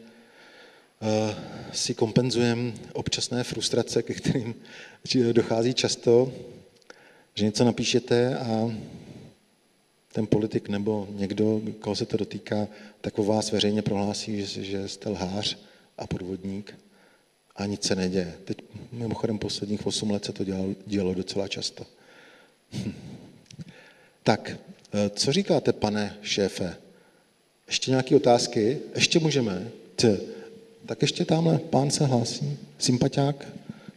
si kompenzujeme občasné frustrace, ke kterým dochází často, že něco napíšete a ten politik nebo někdo, koho se to dotýká, tak o vás veřejně prohlásí, že jste lhář a podvodník a nic se neděje. Teď mimochodem posledních 8 let se to dělo docela často. Tak, co říkáte, pane šéfe? Ještě nějaké otázky? Ještě můžeme? Tak ještě tamhle pán se hlásí. Sympatiák?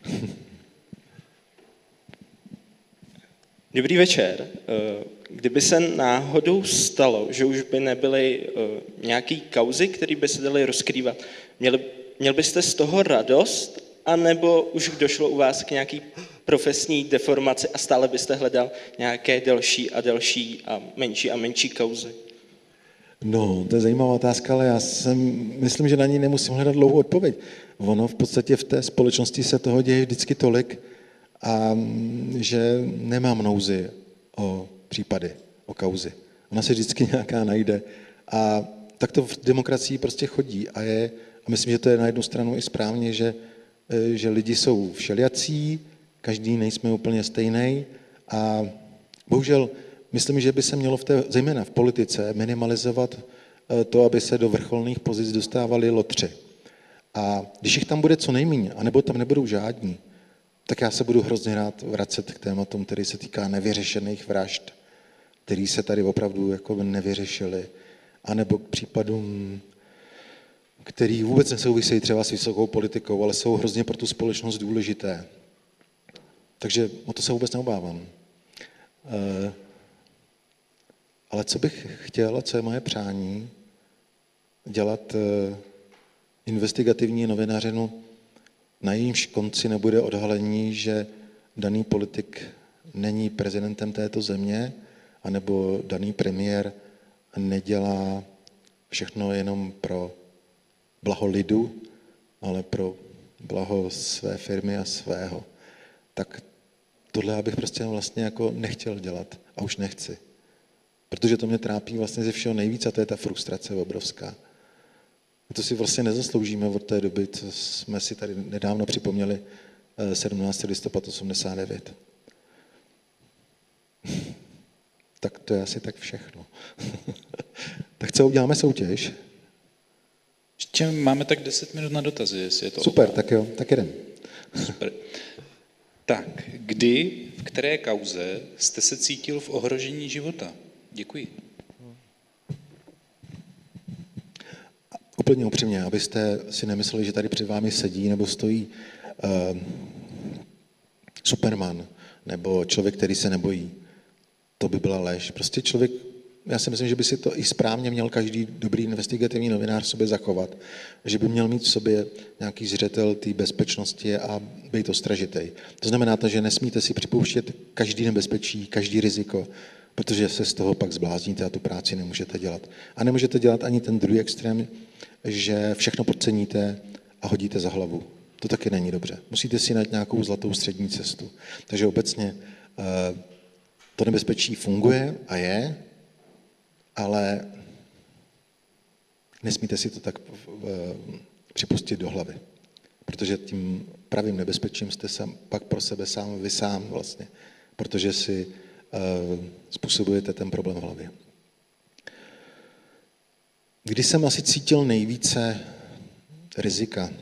Dobrý večer. Kdyby se náhodou stalo, že už by nebyly nějaký kauzy, které by se daly rozkrývat, měl byste z toho radost, anebo už došlo u vás k nějaký profesní deformaci a stále byste hledal nějaké delší a menší kauzy? No, to je zajímavá otázka, ale já myslím, že na ní nemusím hledat dlouhou odpověď. Ono v podstatě v té společnosti se toho děje vždycky tolik, a že nemám nouzi o případy, o kauzy. Ona se vždycky nějaká najde. A tak to v demokracii prostě chodí. A myslím, že to je na jednu stranu i správně, že lidi jsou všelijací, každý nejsme úplně stejný. A bohužel myslím, že by se mělo zejména v politice minimalizovat to, aby se do vrcholných pozic dostávali lotři. A když jich tam bude co nejméně, anebo tam nebudou žádní, tak já se budu hrozně rád vracet k tématům, který se týká nevyřešených vražd, který se tady opravdu jako nevyřešily, anebo k případům, který vůbec nesouvisejí třeba s vysokou politikou, ale jsou hrozně pro tu společnost důležité. Takže o to se vůbec neobávám. Ale co bych chtěl a co je moje přání, dělat investigativní novinařinu, na jejímž konci nebude odhalení, že daný politik není prezidentem této země, anebo daný premiér nedělá všechno jenom pro blaho lidu, ale pro blaho své firmy a svého. Tak tohle já bych prostě vlastně jako nechtěl dělat a už nechci. Protože to mě trápí vlastně ze všeho nejvíc a to je ta frustrace obrovská. To si vlastně nezasloužíme od té doby, co jsme si tady nedávno připomněli 17. listopad 89. Tak to je asi tak všechno. Tak co, uděláme soutěž? Ještě máme tak 10 minut na dotazy, jestli je to super, tak jo, tak jdem. Super. Tak, kdy, v které kauze jste se cítil v ohrožení života? Děkuji. Úplně upřímně, abyste si nemysleli, že tady před vámi sedí nebo stojí Superman nebo člověk, který se nebojí. To by byla lež. Prostě člověk, já si myslím, že by si to i správně měl každý dobrý investigativní novinář sobě zachovat, že by měl mít v sobě nějaký zřetel té bezpečnosti a být ostražitej. To znamená to, že nesmíte si připouštět každý nebezpečí, každý riziko, protože se z toho pak zblázníte a tu práci nemůžete dělat. A nemůžete dělat ani ten druhý extrém, že všechno podceníte a hodíte za hlavu. To taky není dobře. Musíte si najít nějakou zlatou střední cestu. Takže obecně to nebezpečí funguje a je, ale nesmíte si to tak připustit do hlavy. Protože tím pravým nebezpečím jste pak pro sebe vy sám vlastně. Protože si způsobujete ten problém v hlavě. Kdy jsem asi cítil nejvíce rizika?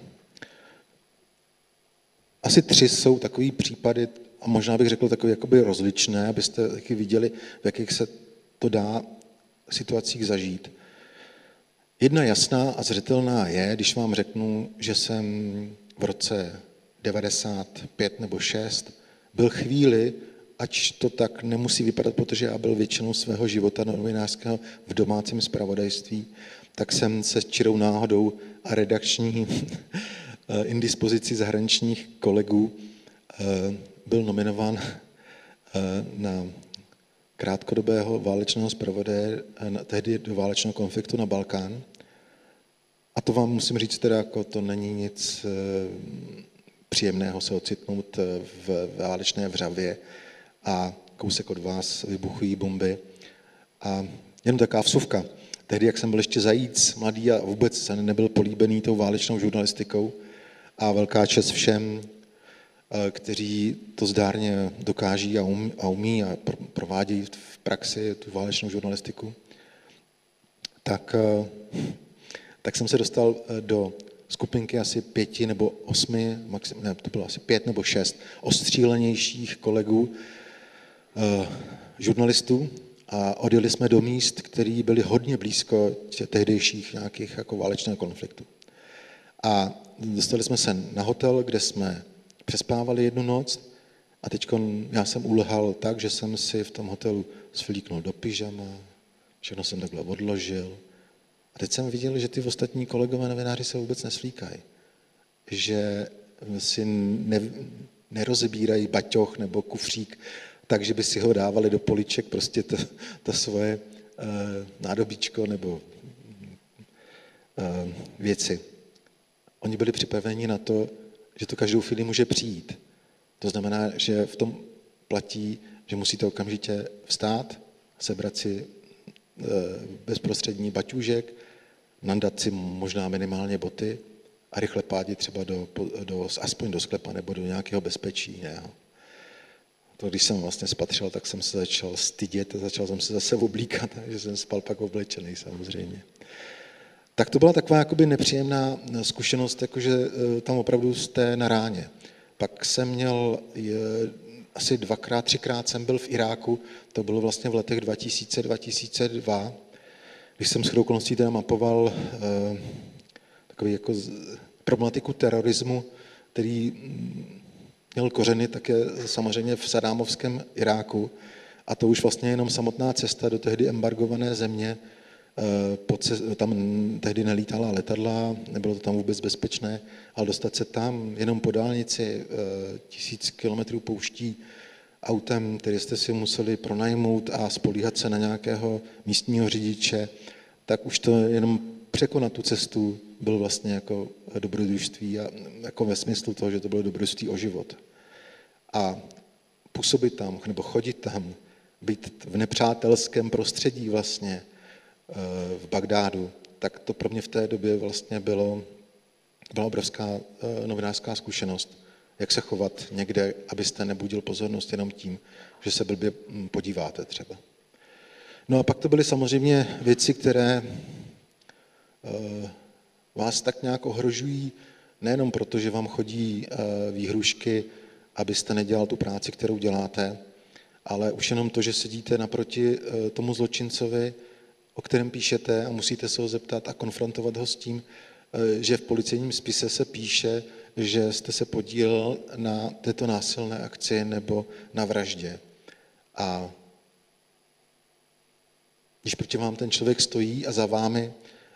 Asi 3 jsou takový případy, a možná bych řekl takové jakoby rozličné, abyste taky viděli, v jakých se to dá situacích zažít. Jedna jasná a zřetelná je, když vám řeknu, že jsem v roce 95 nebo 6 byl chvíli ač to tak nemusí vypadat, protože já byl většinou svého života novinářského v domácím zpravodajství, tak jsem se čirou náhodou a redakční indispozici zahraničních kolegů byl nominován na krátkodobého válečného zpravodaje, tehdy do válečného konfliktu na Balkán. A to vám musím říct, teda jako to není nic příjemného se ocitnout v válečné vřavě a kousek od vás vybuchují bomby. A jenom taková vsuvka. Tehdy, jak jsem byl ještě zajíc, mladý a vůbec se nebyl políbený tou válečnou žurnalistikou a velká čest všem, kteří to zdárně dokáží a umí a provádějí v praxi tu válečnou žurnalistiku, tak jsem se dostal do skupinky asi 5 nebo 8, ne, to bylo asi 5 nebo 6 ostřílenějších kolegů, žurnalistů, a odjeli jsme do míst, které byly hodně blízko tehdejších nějakých jako válečného konfliktu. A dostali jsme se na hotel, kde jsme přespávali jednu noc a teď já jsem ulhal tak, že jsem si v tom hotelu svlíknul do pyžama, všechno jsem takhle odložil. A teď jsem viděl, že ty ostatní kolegové novináři se vůbec nesvlíkají. Že si nerozebírají baťoch nebo kufřík, takže by si ho dávali do poliček prostě to svoje nádobíčko nebo věci. Oni byli připraveni na to, že to každou chvíli může přijít. To znamená, že v tom platí, že musíte okamžitě vstát, sebrat si bezprostřední baťůžek, nandat si možná minimálně boty a rychle pádit třeba aspoň do sklepa nebo do nějakého bezpečí. Ne? To, když jsem vlastně spatřil, tak jsem se začal stydět a začal jsem se zase oblíkat, že jsem spal pak oblečený samozřejmě. Tak to byla taková jakoby nepříjemná zkušenost, jakože tam opravdu jste na ráně. Pak jsem měl asi 2krát, 3krát jsem byl v Iráku, to bylo vlastně v letech 2000-2002, když jsem shodou okolností teda mapoval takový jako problematiku terorismu, který měl kořeny také samozřejmě v sadámovském Iráku, a to už vlastně jenom samotná cesta do tehdy embargované země, tam tehdy nelítala letadla, nebylo to tam vůbec bezpečné, ale dostat se tam jenom po dálnici 1000 kilometrů pouští autem, který jste si museli pronajmout a spolíhat se na nějakého místního řidiče, tak už to jenom překonat tu cestu byl vlastně jako dobrodružství, a jako ve smyslu toho, že to bylo dobrodružství o život. A působit tam, nebo chodit tam, být v nepřátelském prostředí vlastně, v Bagdádu, tak to pro mě v té době vlastně byla obrovská novinářská zkušenost, jak se chovat někde, abyste nebudil pozornost jenom tím, že se blbě podíváte třeba. No a pak to byly samozřejmě věci, které vás tak nějak ohrožují, nejenom proto, že vám chodí výhrušky, abyste nedělal tu práci, kterou děláte, ale už jenom to, že sedíte naproti tomu zločincovi, o kterém píšete, a musíte se ho zeptat a konfrontovat ho s tím, že v policejním spise se píše, že jste se podílel na této násilné akci nebo na vraždě. A když proti vám ten člověk stojí a za vámi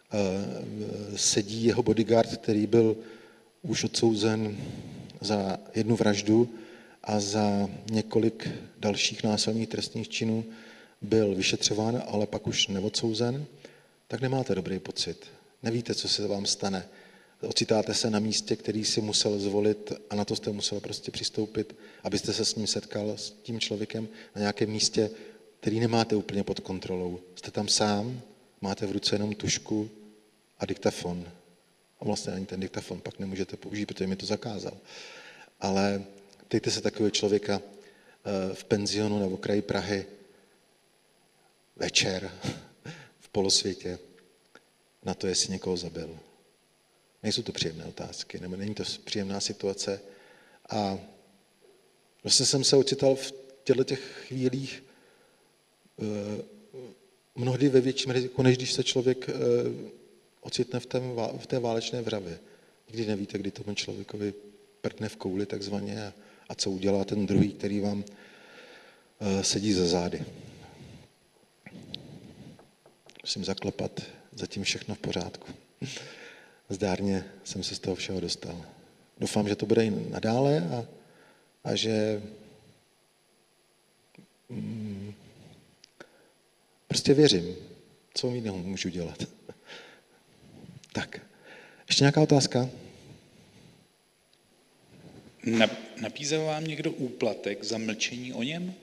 sedí jeho bodyguard, který byl už odsouzen za jednu vraždu a za několik dalších násilných trestných činů byl vyšetřován, ale pak už neodsouzen, tak nemáte dobrý pocit. Nevíte, co se vám stane. Ocitáte se na místě, který si musel zvolit, a na to jste musel prostě přistoupit, abyste se s ním setkal, s tím člověkem, na nějakém místě, který nemáte úplně pod kontrolou. Jste tam sám, máte v ruce jenom tužku a diktafon. A vlastně ani ten diktafon pak nemůžete použít, protože mi to zakázal. Ale dejte se takového člověka v penzionu na okraji Prahy, večer, v polosvětě, na to, jestli někoho zabil. Nejsou to příjemné otázky, nebo není to příjemná situace. A vlastně jsem se ocital v těchto chvílích mnohdy ve větším riziku, než když se člověk ocitne v té válečné vřavě. Nikdy nevíte, kdy tomu člověkovi prdne v kouli takzvaně a co udělá ten druhý, který vám sedí za zády. Musím zaklepat, zatím všechno v pořádku. Zdárně jsem se z toho všeho dostal. Doufám, že to bude i nadále a že prostě věřím, co jiného můžu dělat. Tak, ještě nějaká otázka? Nabízel vám někdo úplatek za mlčení o něm?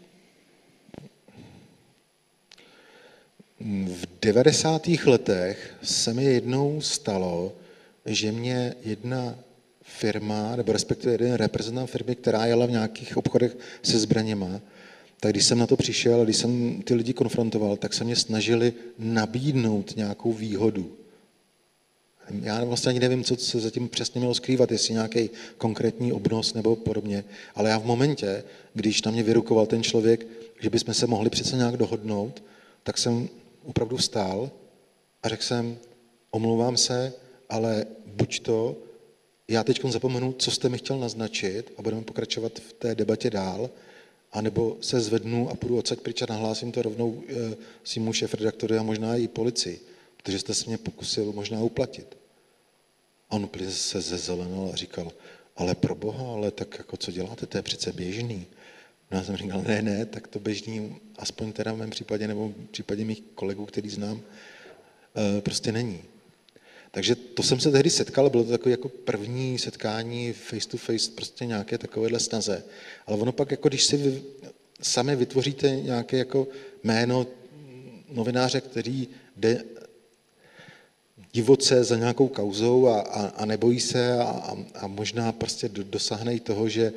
V 90. letech se mi jednou stalo, že mě jedna firma, nebo respektive jeden reprezentant firmy, která jela v nějakých obchodech se zbraněma, tak když jsem na to přišel, když jsem ty lidi konfrontoval, tak se mě snažili nabídnout nějakou výhodu. Já vlastně ani nevím, co se zatím přesně mělo skrývat, jestli nějaký konkrétní obnos nebo podobně, ale já v momentě, když na mě vyrukoval ten člověk, že bychom se mohli přece nějak dohodnout, tak jsem opravdu vstál a řekl jsem, omlouvám se, ale buď to, já teď zapomenu, co jste mi chtěl naznačit a budeme pokračovat v té debatě dál, anebo se zvednu a půjdu odsaď pryč a nahlásím to rovnou svýmu šéfredaktoru a možná i policii, protože jste se mě pokusil možná uplatit. A on úplně se zezelenal a říkal, ale pro Boha, ale tak jako co děláte, to je přece běžný. No já jsem říkal, ne, tak to běžný, aspoň teda v mém případě, nebo v případě mých kolegů, který znám, prostě není. Takže to jsem se tehdy setkal, bylo to takové jako první setkání face to face, prostě nějaké takovéhle snaze. Ale ono pak, jako když si sami vytvoříte nějaké jako jméno novináře, který jde divoce za nějakou kauzou a nebojí se a možná prostě dosáhne i toho, že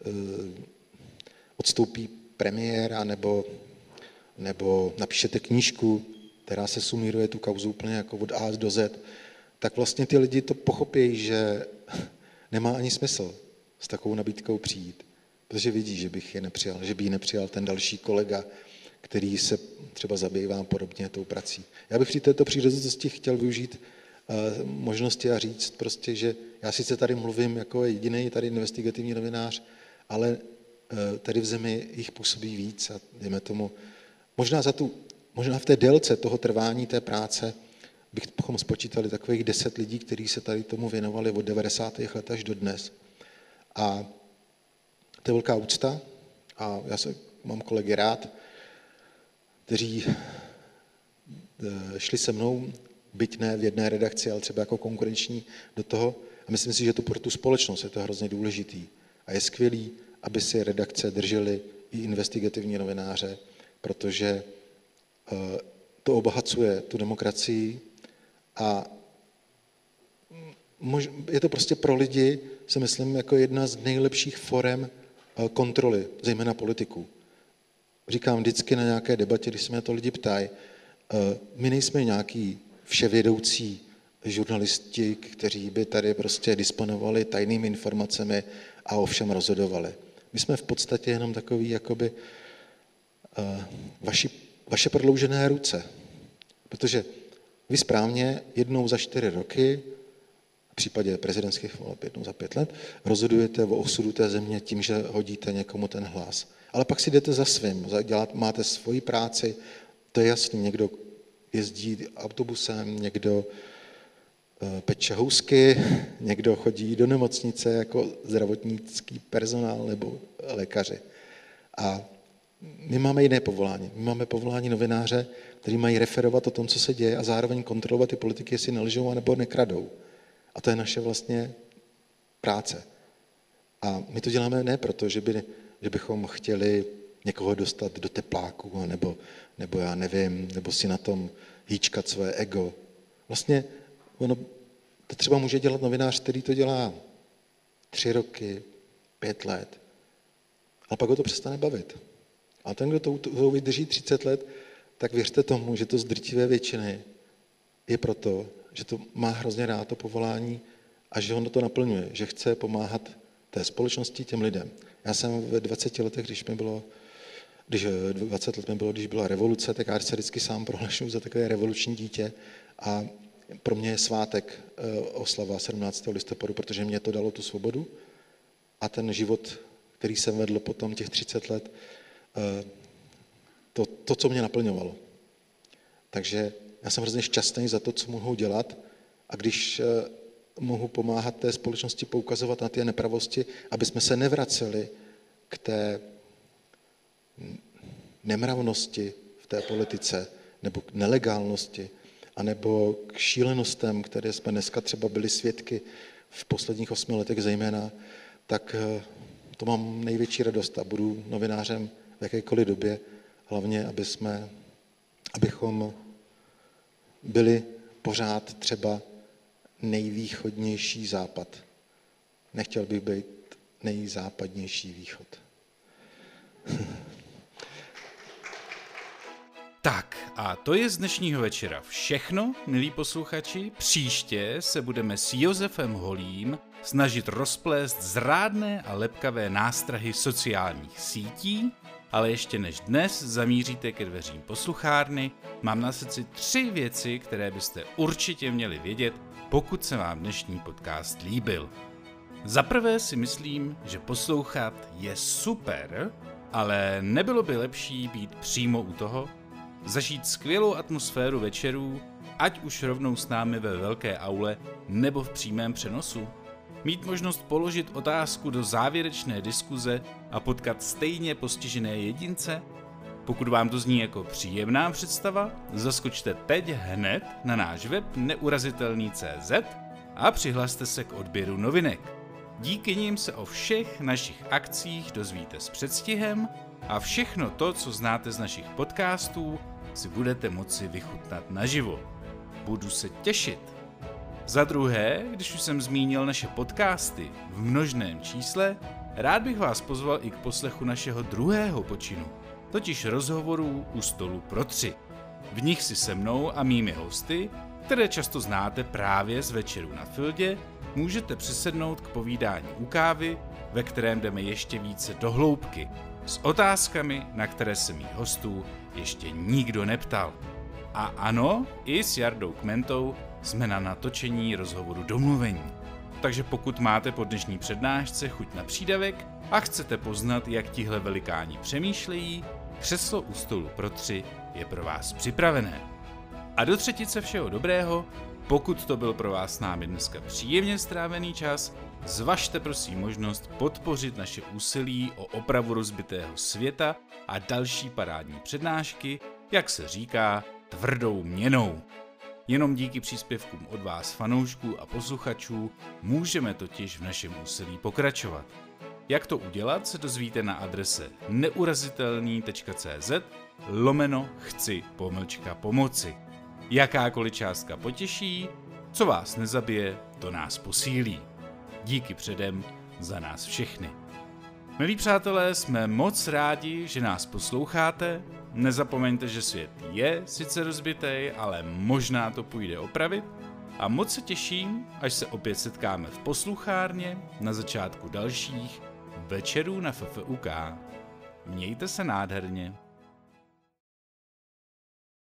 odstoupí premiér nebo napíšete knížku, která se sumíruje tu kauzu úplně jako od A až do Z, tak vlastně ty lidi to pochopí, že nemá ani smysl s takovou nabídkou přijít, protože vidí, že bych je nepřijal, že by ji nepřijal ten další kolega, který se třeba zabývá podobně tou prací. Já bych při této příležitosti chtěl využít možnosti a říct prostě, že já sice tady mluvím jako jediný tady investigativní novinář, ale tady v zemi jich působí víc a dejme tomu, možná v té délce toho trvání té práce bychom spočítali takových 10 lidí, kteří se tady tomu věnovali od 90. let až do dnes. A to je velká úcta a já mám kolegy rád, kteří šli se mnou, byť ne v jedné redakci, ale třeba jako konkurenční do toho. A myslím si, že to pro tu společnost je to hrozně důležitý. A je skvělý, aby si redakce držely i investigativní novináře, protože to obohacuje tu demokracii a je to prostě pro lidi, si myslím, jako jedna z nejlepších forem kontroly, zejména politiků. Říkám vždycky na nějaké debatě, když se mě to lidi ptají, my nejsme nějaký vševědoucí žurnalisti, kteří by tady prostě disponovali tajnými informacemi a o všem rozhodovali. My jsme v podstatě jenom takový, jakoby vaše prodloužené ruce. Protože vy správně jednou za 4 roky, v případě prezidentských voleb jednou za 5 let, rozhodujete o osudu té země tím, že hodíte někomu ten hlas. Ale pak si jdete za svým, máte svoji práci, to je jasný, někdo jezdí autobusem, někdo peče housky, někdo chodí do nemocnice jako zdravotnický personál nebo lékaři. A my máme jiné povolání. My máme povolání novináře, kteří mají referovat o tom, co se děje a zároveň kontrolovat ty politiky, jestli nelžou nebo nekradou. A to je naše vlastně práce. A my to děláme ne proto, že bychom chtěli někoho dostat do tepláku, nebo já nevím, nebo si na tom hýčkat své ego. Vlastně ono to třeba může dělat novinář, který to dělá 3 roky, 5 let, ale pak ho to přestane bavit. A ten, kdo to vydrží 30 let, tak věřte tomu, že to z drtivé většiny je proto, že to má hrozně rád to povolání a že on to naplňuje, že chce pomáhat té společnosti, těm lidem. Já jsem ve 20 letech, když 20 let mi bylo, když byla revoluce, tak já se vždycky sám prohlašuji za takové revoluční dítě a pro mě je svátek oslava 17. listopadu, protože mě to dalo tu svobodu a ten život, který jsem vedl potom těch 30 let, to, co mě naplňovalo. Takže já jsem hrozně šťastný za to, co mohu dělat a když mohu pomáhat té společnosti poukazovat na ty nepravosti, aby jsme se nevraceli k té nemravnosti v té politice nebo k nelegálnosti anebo k šílenostem, které jsme dneska třeba byli svědky v posledních 8 letech zejména, tak to mám největší radost a budu novinářem v jakékoliv době, hlavně abychom byli pořád třeba nejvýchodnější západ. Nechtěl bych být nejzápadnější východ. Tak a to je z dnešního večera všechno, milí posluchači. Příště se budeme s Josefem Holým snažit rozplést zrádné a lepkavé nástrahy sociálních sítí, ale ještě než dnes zamíříte ke dveřím posluchárny, mám na srdci 3 věci, které byste určitě měli vědět, pokud se vám dnešní podcast líbil. Za prvé si myslím, že poslouchat je super, ale nebylo by lepší být přímo u toho, zažít skvělou atmosféru večerů, ať už rovnou s námi ve velké aule nebo v přímém přenosu. Mít možnost položit otázku do závěrečné diskuze a potkat stejně postižené jedince? Pokud vám to zní jako příjemná představa, zaskočte teď hned na náš web neurazitelný.cz a přihlaste se k odběru novinek. Díky nim se o všech našich akcích dozvíte s předstihem a všechno to, co znáte z našich podcastů, si budete moci vychutnat naživo. Budu se těšit. Za druhé, když už jsem zmínil naše podcasty v množném čísle, rád bych vás pozval i k poslechu našeho druhého počinu, totiž rozhovorů u stolu pro 3. V nich si se mnou a mými hosty, které často znáte právě z večerů na Fildě, můžete přesednout k povídání u kávy, ve kterém jdeme ještě více do hloubky, s otázkami, na které se mých hostů ještě nikdo neptal. A ano, i s Jardou Kmentou jsme na natočení rozhovoru domluvení. Takže pokud máte po dnešní přednášce chuť na přídavek a chcete poznat, jak tihle velikáni přemýšlejí, křeslo u stolu pro 3 je pro vás připravené. A do třetice všeho dobrého, pokud to byl pro vás s námi dneska příjemně strávený čas, zvažte prosím možnost podpořit naše úsilí o opravu rozbitého světa a další parádní přednášky, jak se říká, tvrdou měnou. Jenom díky příspěvkům od vás fanoušků a posluchačů můžeme totiž v našem úsilí pokračovat. Jak to udělat, se dozvíte na adrese neurazitelný.cz/chci-pomoci. Jakákoliv částka potěší, co vás nezabije, to nás posílí. Díky předem za nás všechny. Milí přátelé, jsme moc rádi, že nás posloucháte. Nezapomeňte, že svět je sice rozbitej, ale možná to půjde opravit. A moc se těším, až se opět setkáme v posluchárně na začátku dalších večerů na FFUK. Mějte se nádherně.